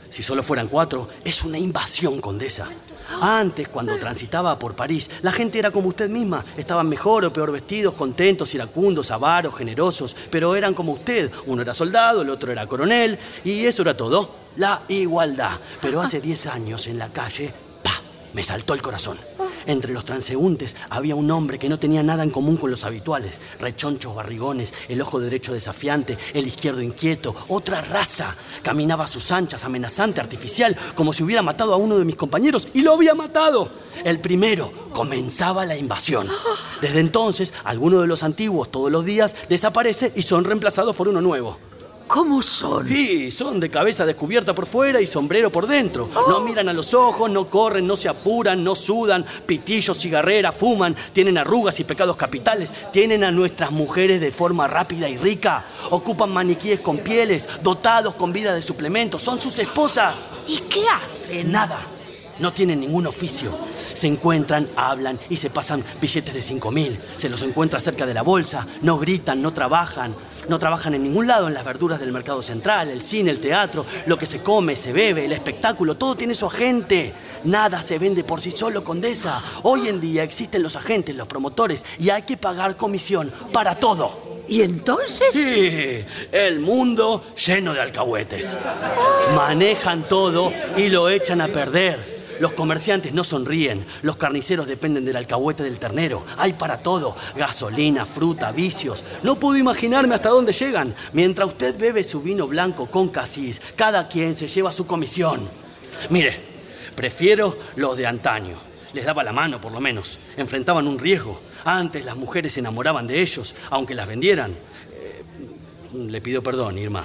Si solo fueran cuatro, es una invasión, condesa. Antes, cuando transitaba por París, la gente era como usted misma. Estaban mejor o peor vestidos, contentos, iracundos, avaros, generosos. Pero eran como usted. Uno era soldado, el otro era coronel. Y eso era todo. La igualdad. Pero hace diez años, en la calle, ¡pah!, me saltó el corazón. Entre los transeúntes había un hombre que no tenía nada en común con los habituales. Rechonchos, barrigones, el ojo derecho desafiante, el izquierdo inquieto, otra raza. Caminaba a sus anchas, amenazante, artificial, como si hubiera matado a uno de mis compañeros, y lo había matado. El primero. Comenzaba la invasión. Desde entonces, alguno de los antiguos todos los días desaparece y son reemplazados por uno nuevo. ¿Cómo son? Sí, son de cabeza descubierta por fuera y sombrero por dentro. Oh. No miran a los ojos, no corren, no se apuran, no sudan, pitillos, cigarrera, fuman, tienen arrugas y pecados capitales, tienen a nuestras mujeres de forma rápida y rica, ocupan maniquíes con pieles, dotados con vida de suplementos, son sus esposas. ¿Y qué hacen? Nada. No tienen ningún oficio. Se encuentran, hablan y se pasan billetes de cinco mil. Se los encuentra cerca de la bolsa. No gritan, no trabajan. No trabajan en ningún lado, en las verduras del mercado central, el cine, el teatro, lo que se come, se bebe, el espectáculo, todo tiene su agente. Nada se vende por sí solo, condesa. Hoy en día existen los agentes, los promotores, y hay que pagar comisión para todo. ¿Y entonces? Sí, el mundo lleno de alcahuetes. Manejan todo y lo echan a perder. Los comerciantes no sonríen, los carniceros dependen del alcahuete del ternero. Hay para todo, gasolina, fruta, vicios. No puedo imaginarme hasta dónde llegan. Mientras usted bebe su vino blanco con casis, cada quien se lleva su comisión. Mire, prefiero los de antaño. Les daba la mano, por lo menos. Enfrentaban un riesgo. Antes las mujeres se enamoraban de ellos, aunque las vendieran. Eh, le pido perdón, Irma.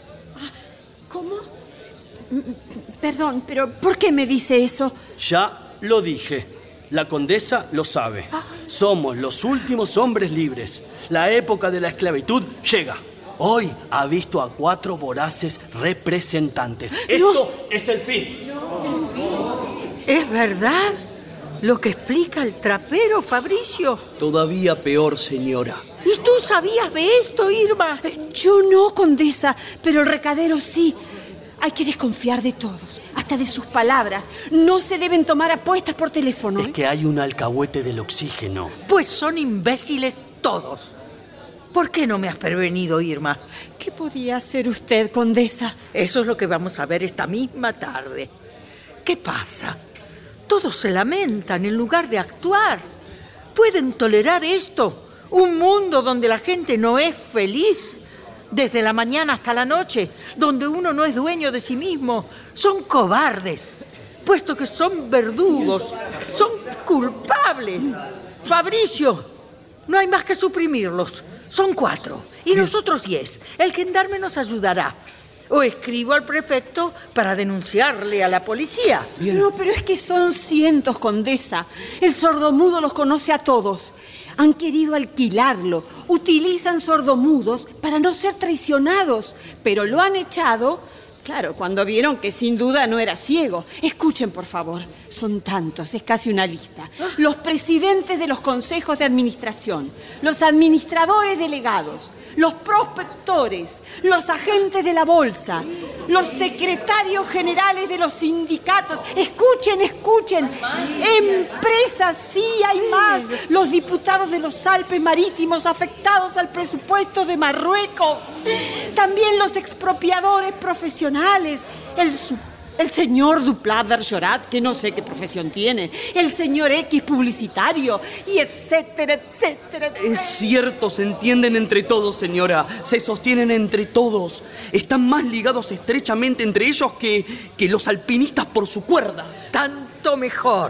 ¿Cómo? Perdón, pero ¿por qué me dice eso? Ya lo dije. La condesa lo sabe. Somos los últimos hombres libres. La época de la esclavitud llega. Hoy ha visto a cuatro voraces representantes. Esto no. es el fin. ¿Es verdad lo que explica el trapero, Fabricio? Todavía peor, señora. ¿Y tú sabías de esto, Irma? Yo no, condesa, pero el recadero sí. Hay que desconfiar de todos, hasta de sus palabras. No se deben tomar apuestas por teléfono. ¿eh? Es que hay un alcahuete del oxígeno. Pues son imbéciles todos. ¿Por qué no me has prevenido, Irma? ¿Qué podía hacer usted, condesa? Eso es lo que vamos a ver esta misma tarde. ¿Qué pasa? Todos se lamentan en lugar de actuar. ¿Pueden tolerar esto? Un mundo donde la gente no es feliz. Desde la mañana hasta la noche, donde uno no es dueño de sí mismo. Son cobardes, puesto que son verdugos, son culpables. Fabricio, no hay más que suprimirlos. Son cuatro, y nosotros diez. El gendarme nos ayudará. O escribo al prefecto para denunciarle a la policía. No, pero es que son cientos, condesa. El sordomudo los conoce a todos. Han querido alquilarlo. Utilizan sordomudos para no ser traicionados. Pero lo han echado, claro, cuando vieron que sin duda no era ciego. Escuchen, por favor. Son tantos, es casi una lista. Los presidentes de los consejos de administración, los administradores delegados, los prospectores, los agentes de la bolsa, los secretarios generales de los sindicatos. Escuchen, escuchen. Empresas, sí hay más. Los diputados de los Alpes marítimos afectados al presupuesto de Marruecos. También los expropiadores profesionales. El El señor Duplat Bergerat, que no sé qué profesión tiene, el señor X publicitario, y etcétera, etcétera, etcétera. Es cierto, se entienden entre todos, señora. Se sostienen entre todos. Están más ligados estrechamente entre ellos que, que los alpinistas por su cuerda. Tanto mejor.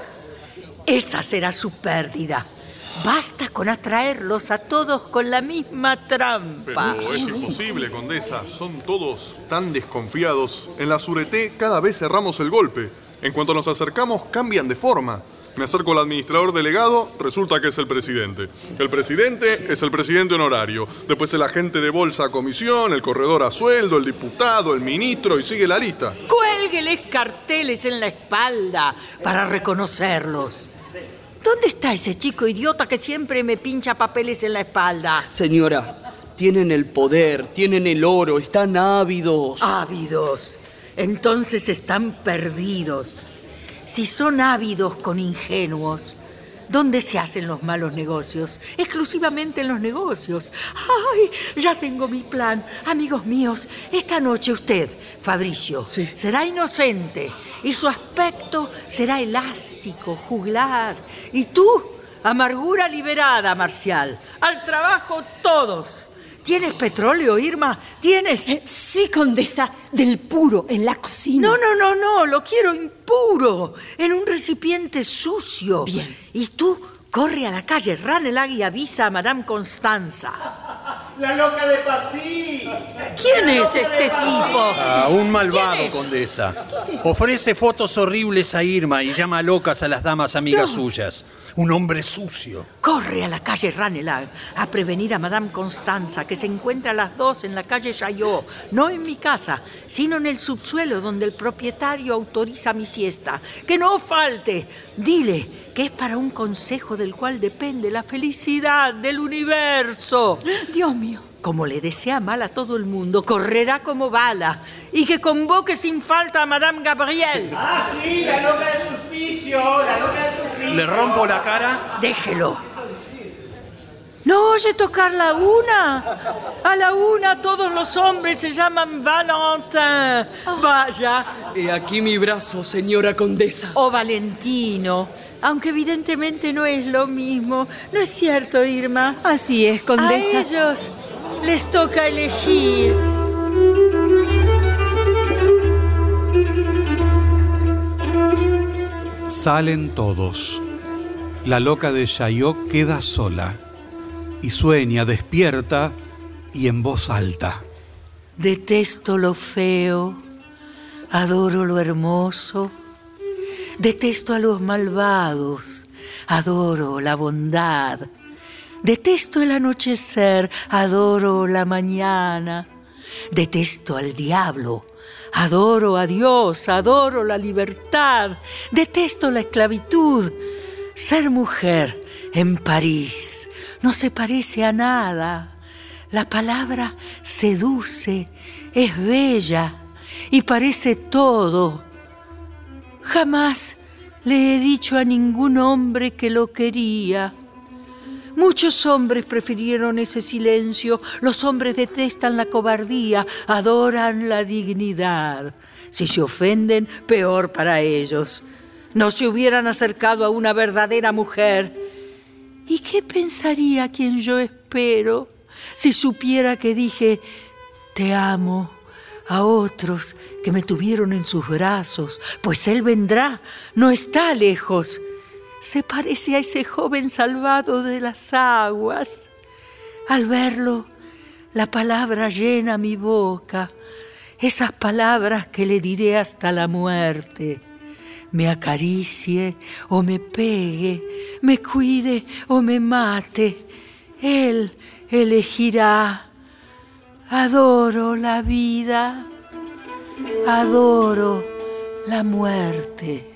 Esa será su pérdida. Basta con atraerlos a todos con la misma trampa. Pero es imposible, condesa. Son todos tan desconfiados. En la Sureté cada vez cerramos el golpe. En cuanto nos acercamos, cambian de forma. Me acerco al administrador delegado, resulta que es el presidente. El presidente es el presidente honorario. Después el agente de bolsa a comisión, el corredor a sueldo, el diputado, el ministro, y sigue la lista. Cuélgueles carteles en la espalda para reconocerlos. ¿Dónde está ese chico idiota que siempre me pincha papeles en la espalda? Señora, tienen el poder, tienen el oro, están ávidos. Ávidos. entonces están perdidos. Si son ávidos con ingenuos, ¿dónde se hacen los malos negocios? Exclusivamente en los negocios. ¡Ay! Ya tengo mi plan. Amigos míos, esta noche usted, Fabricio, sí. será inocente y su aspecto será elástico, juglar. Y tú, amargura liberada, Marcial. Al trabajo todos. ¿Tienes petróleo, Irma? ¿Tienes? Eh, sí, condesa, del puro en la cocina. No, no, no, no, lo quiero impuro, en un recipiente sucio. Bien. Y tú corre a la calle Ranelagh y avisa a Madame Constanza. ¡La loca de Passy! ¿Quién es este tipo? Ah, un malvado, condesa. ¿Qué es Ofrece fotos horribles a Irma y llama locas a las damas amigas No. suyas. Un hombre sucio. Corre a la calle Ranelagh a prevenir a Madame Constanza, que se encuentra a las dos en la calle Chaillot, no en mi casa, sino en el subsuelo donde el propietario autoriza mi siesta. ¡Que no falte! Dile que es para un consejo del cual depende la felicidad del universo. Dios mío. Como le desea mal a todo el mundo, correrá como bala. Y que convoque sin falta a Madame Gabrielle. ¡Ah, sí! ¡La loca de Sulpicio! ¡La loca de Sulpicio! ¿Le rompo la cara? Déjelo. ¿No oye tocar la una? A la una todos los hombres se llaman Valentin. Vaya. He aquí mi brazo, señora condesa. O Valentino. Aunque evidentemente no es lo mismo. ¿No es cierto, Irma? Así es, condesa. A ellos les toca elegir. Salen todos. La loca de Chaillot queda sola y sueña despierta y en voz alta. Detesto lo feo, adoro lo hermoso. Detesto a los malvados, adoro la bondad. Detesto el anochecer, adoro la mañana. Detesto al diablo, adoro a Dios, adoro la libertad. Detesto la esclavitud. Ser mujer en París no se parece a nada. La palabra seduce, es bella y parece todo. Jamás le he dicho a ningún hombre que lo quería. Muchos hombres prefirieron ese silencio. Los hombres detestan la cobardía, adoran la dignidad. Si se ofenden, peor para ellos. No se hubieran acercado a una verdadera mujer. ¿Y qué pensaría quien yo espero si supiera que dije te amo a otros que me tuvieron en sus brazos? Pues él vendrá, no está lejos. Se parece a ese joven salvado de las aguas. Al verlo, la palabra llena mi boca, esas palabras que le diré hasta la muerte. Me acaricie o me pegue, me cuide o me mate. Él elegirá. Adoro la vida, adoro la muerte.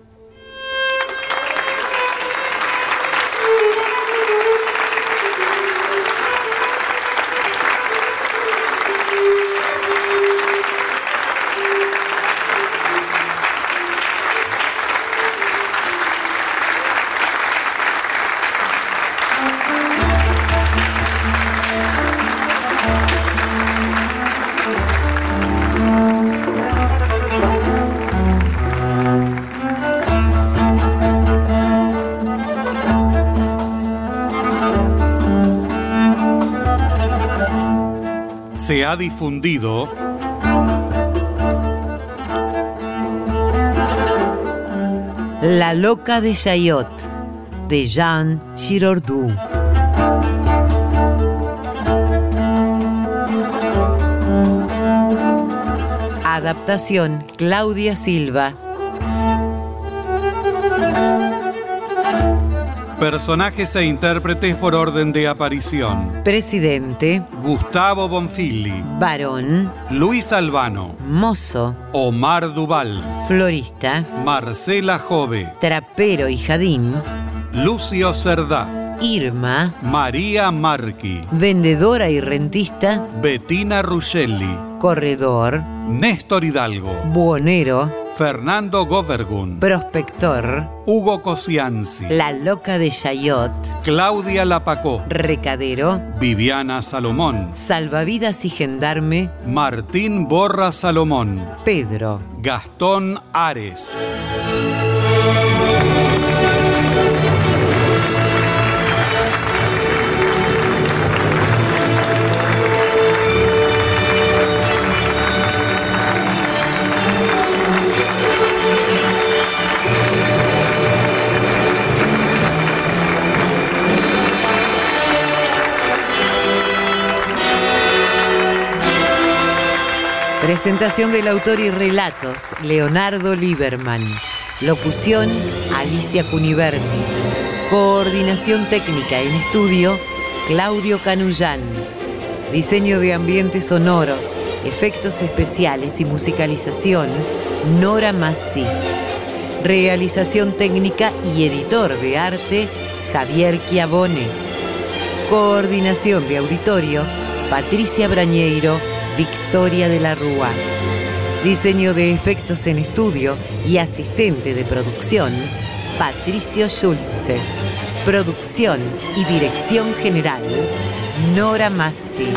Se ha difundido La loca de Chaillot, de Jean Giraudoux. Adaptación Claudia Silva. Personajes e intérpretes por orden de aparición. Presidente. Gustavo Bonfilli. Varón. Luis Albano. Mozo. Omar Duval. Florista. Marcela Jove. Trapero y Jadín. Lucio Cerdá. Irma, María Marchi, vendedora y rentista, Bettina Ruscelli, corredor, Néstor Hidalgo, buhonero, Fernando Govergun, prospector, Hugo Cosianzi, la loca de Chayot, Claudia Lapacó, recadero, Viviana Salomón, salvavidas y gendarme, Martín Borra Salomón, Pedro, Gastón Ares. Presentación del autor y relatos, Leonardo Lieberman. Locución, Alicia Cuniverti. Coordinación técnica en estudio, Claudio Canullán. Diseño de ambientes sonoros, efectos especiales y musicalización, Nora Massi. Realización técnica y editor de arte, Javier Chiavone. Coordinación de auditorio, Patricia Brañeiro, Victoria de la Rúa. Diseño de efectos en estudio y asistente de producción, Patricio Schulze. Producción y dirección general, Nora Massi.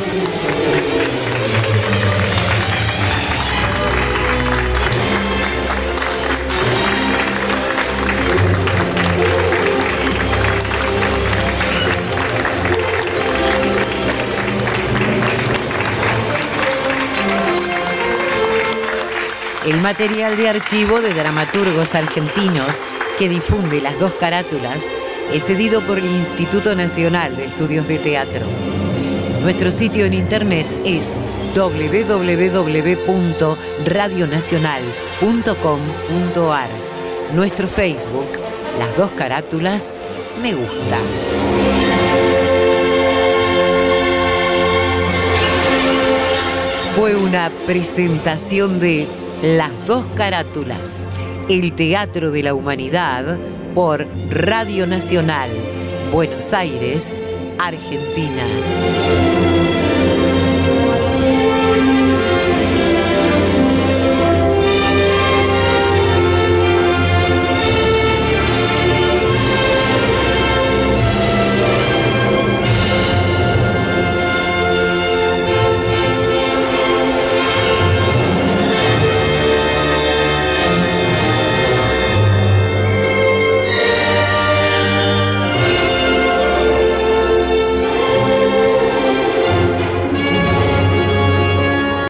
El material de archivo de dramaturgos argentinos que difunde las dos carátulas es cedido por el Instituto Nacional de Estudios de Teatro. Nuestro sitio en internet es doble u doble u doble u punto radio nacional punto com punto a r. Nuestro Facebook, las dos carátulas, me gusta. Fue una presentación de Las dos carátulas, el Teatro de la Humanidad, por Radio Nacional, Buenos Aires, Argentina.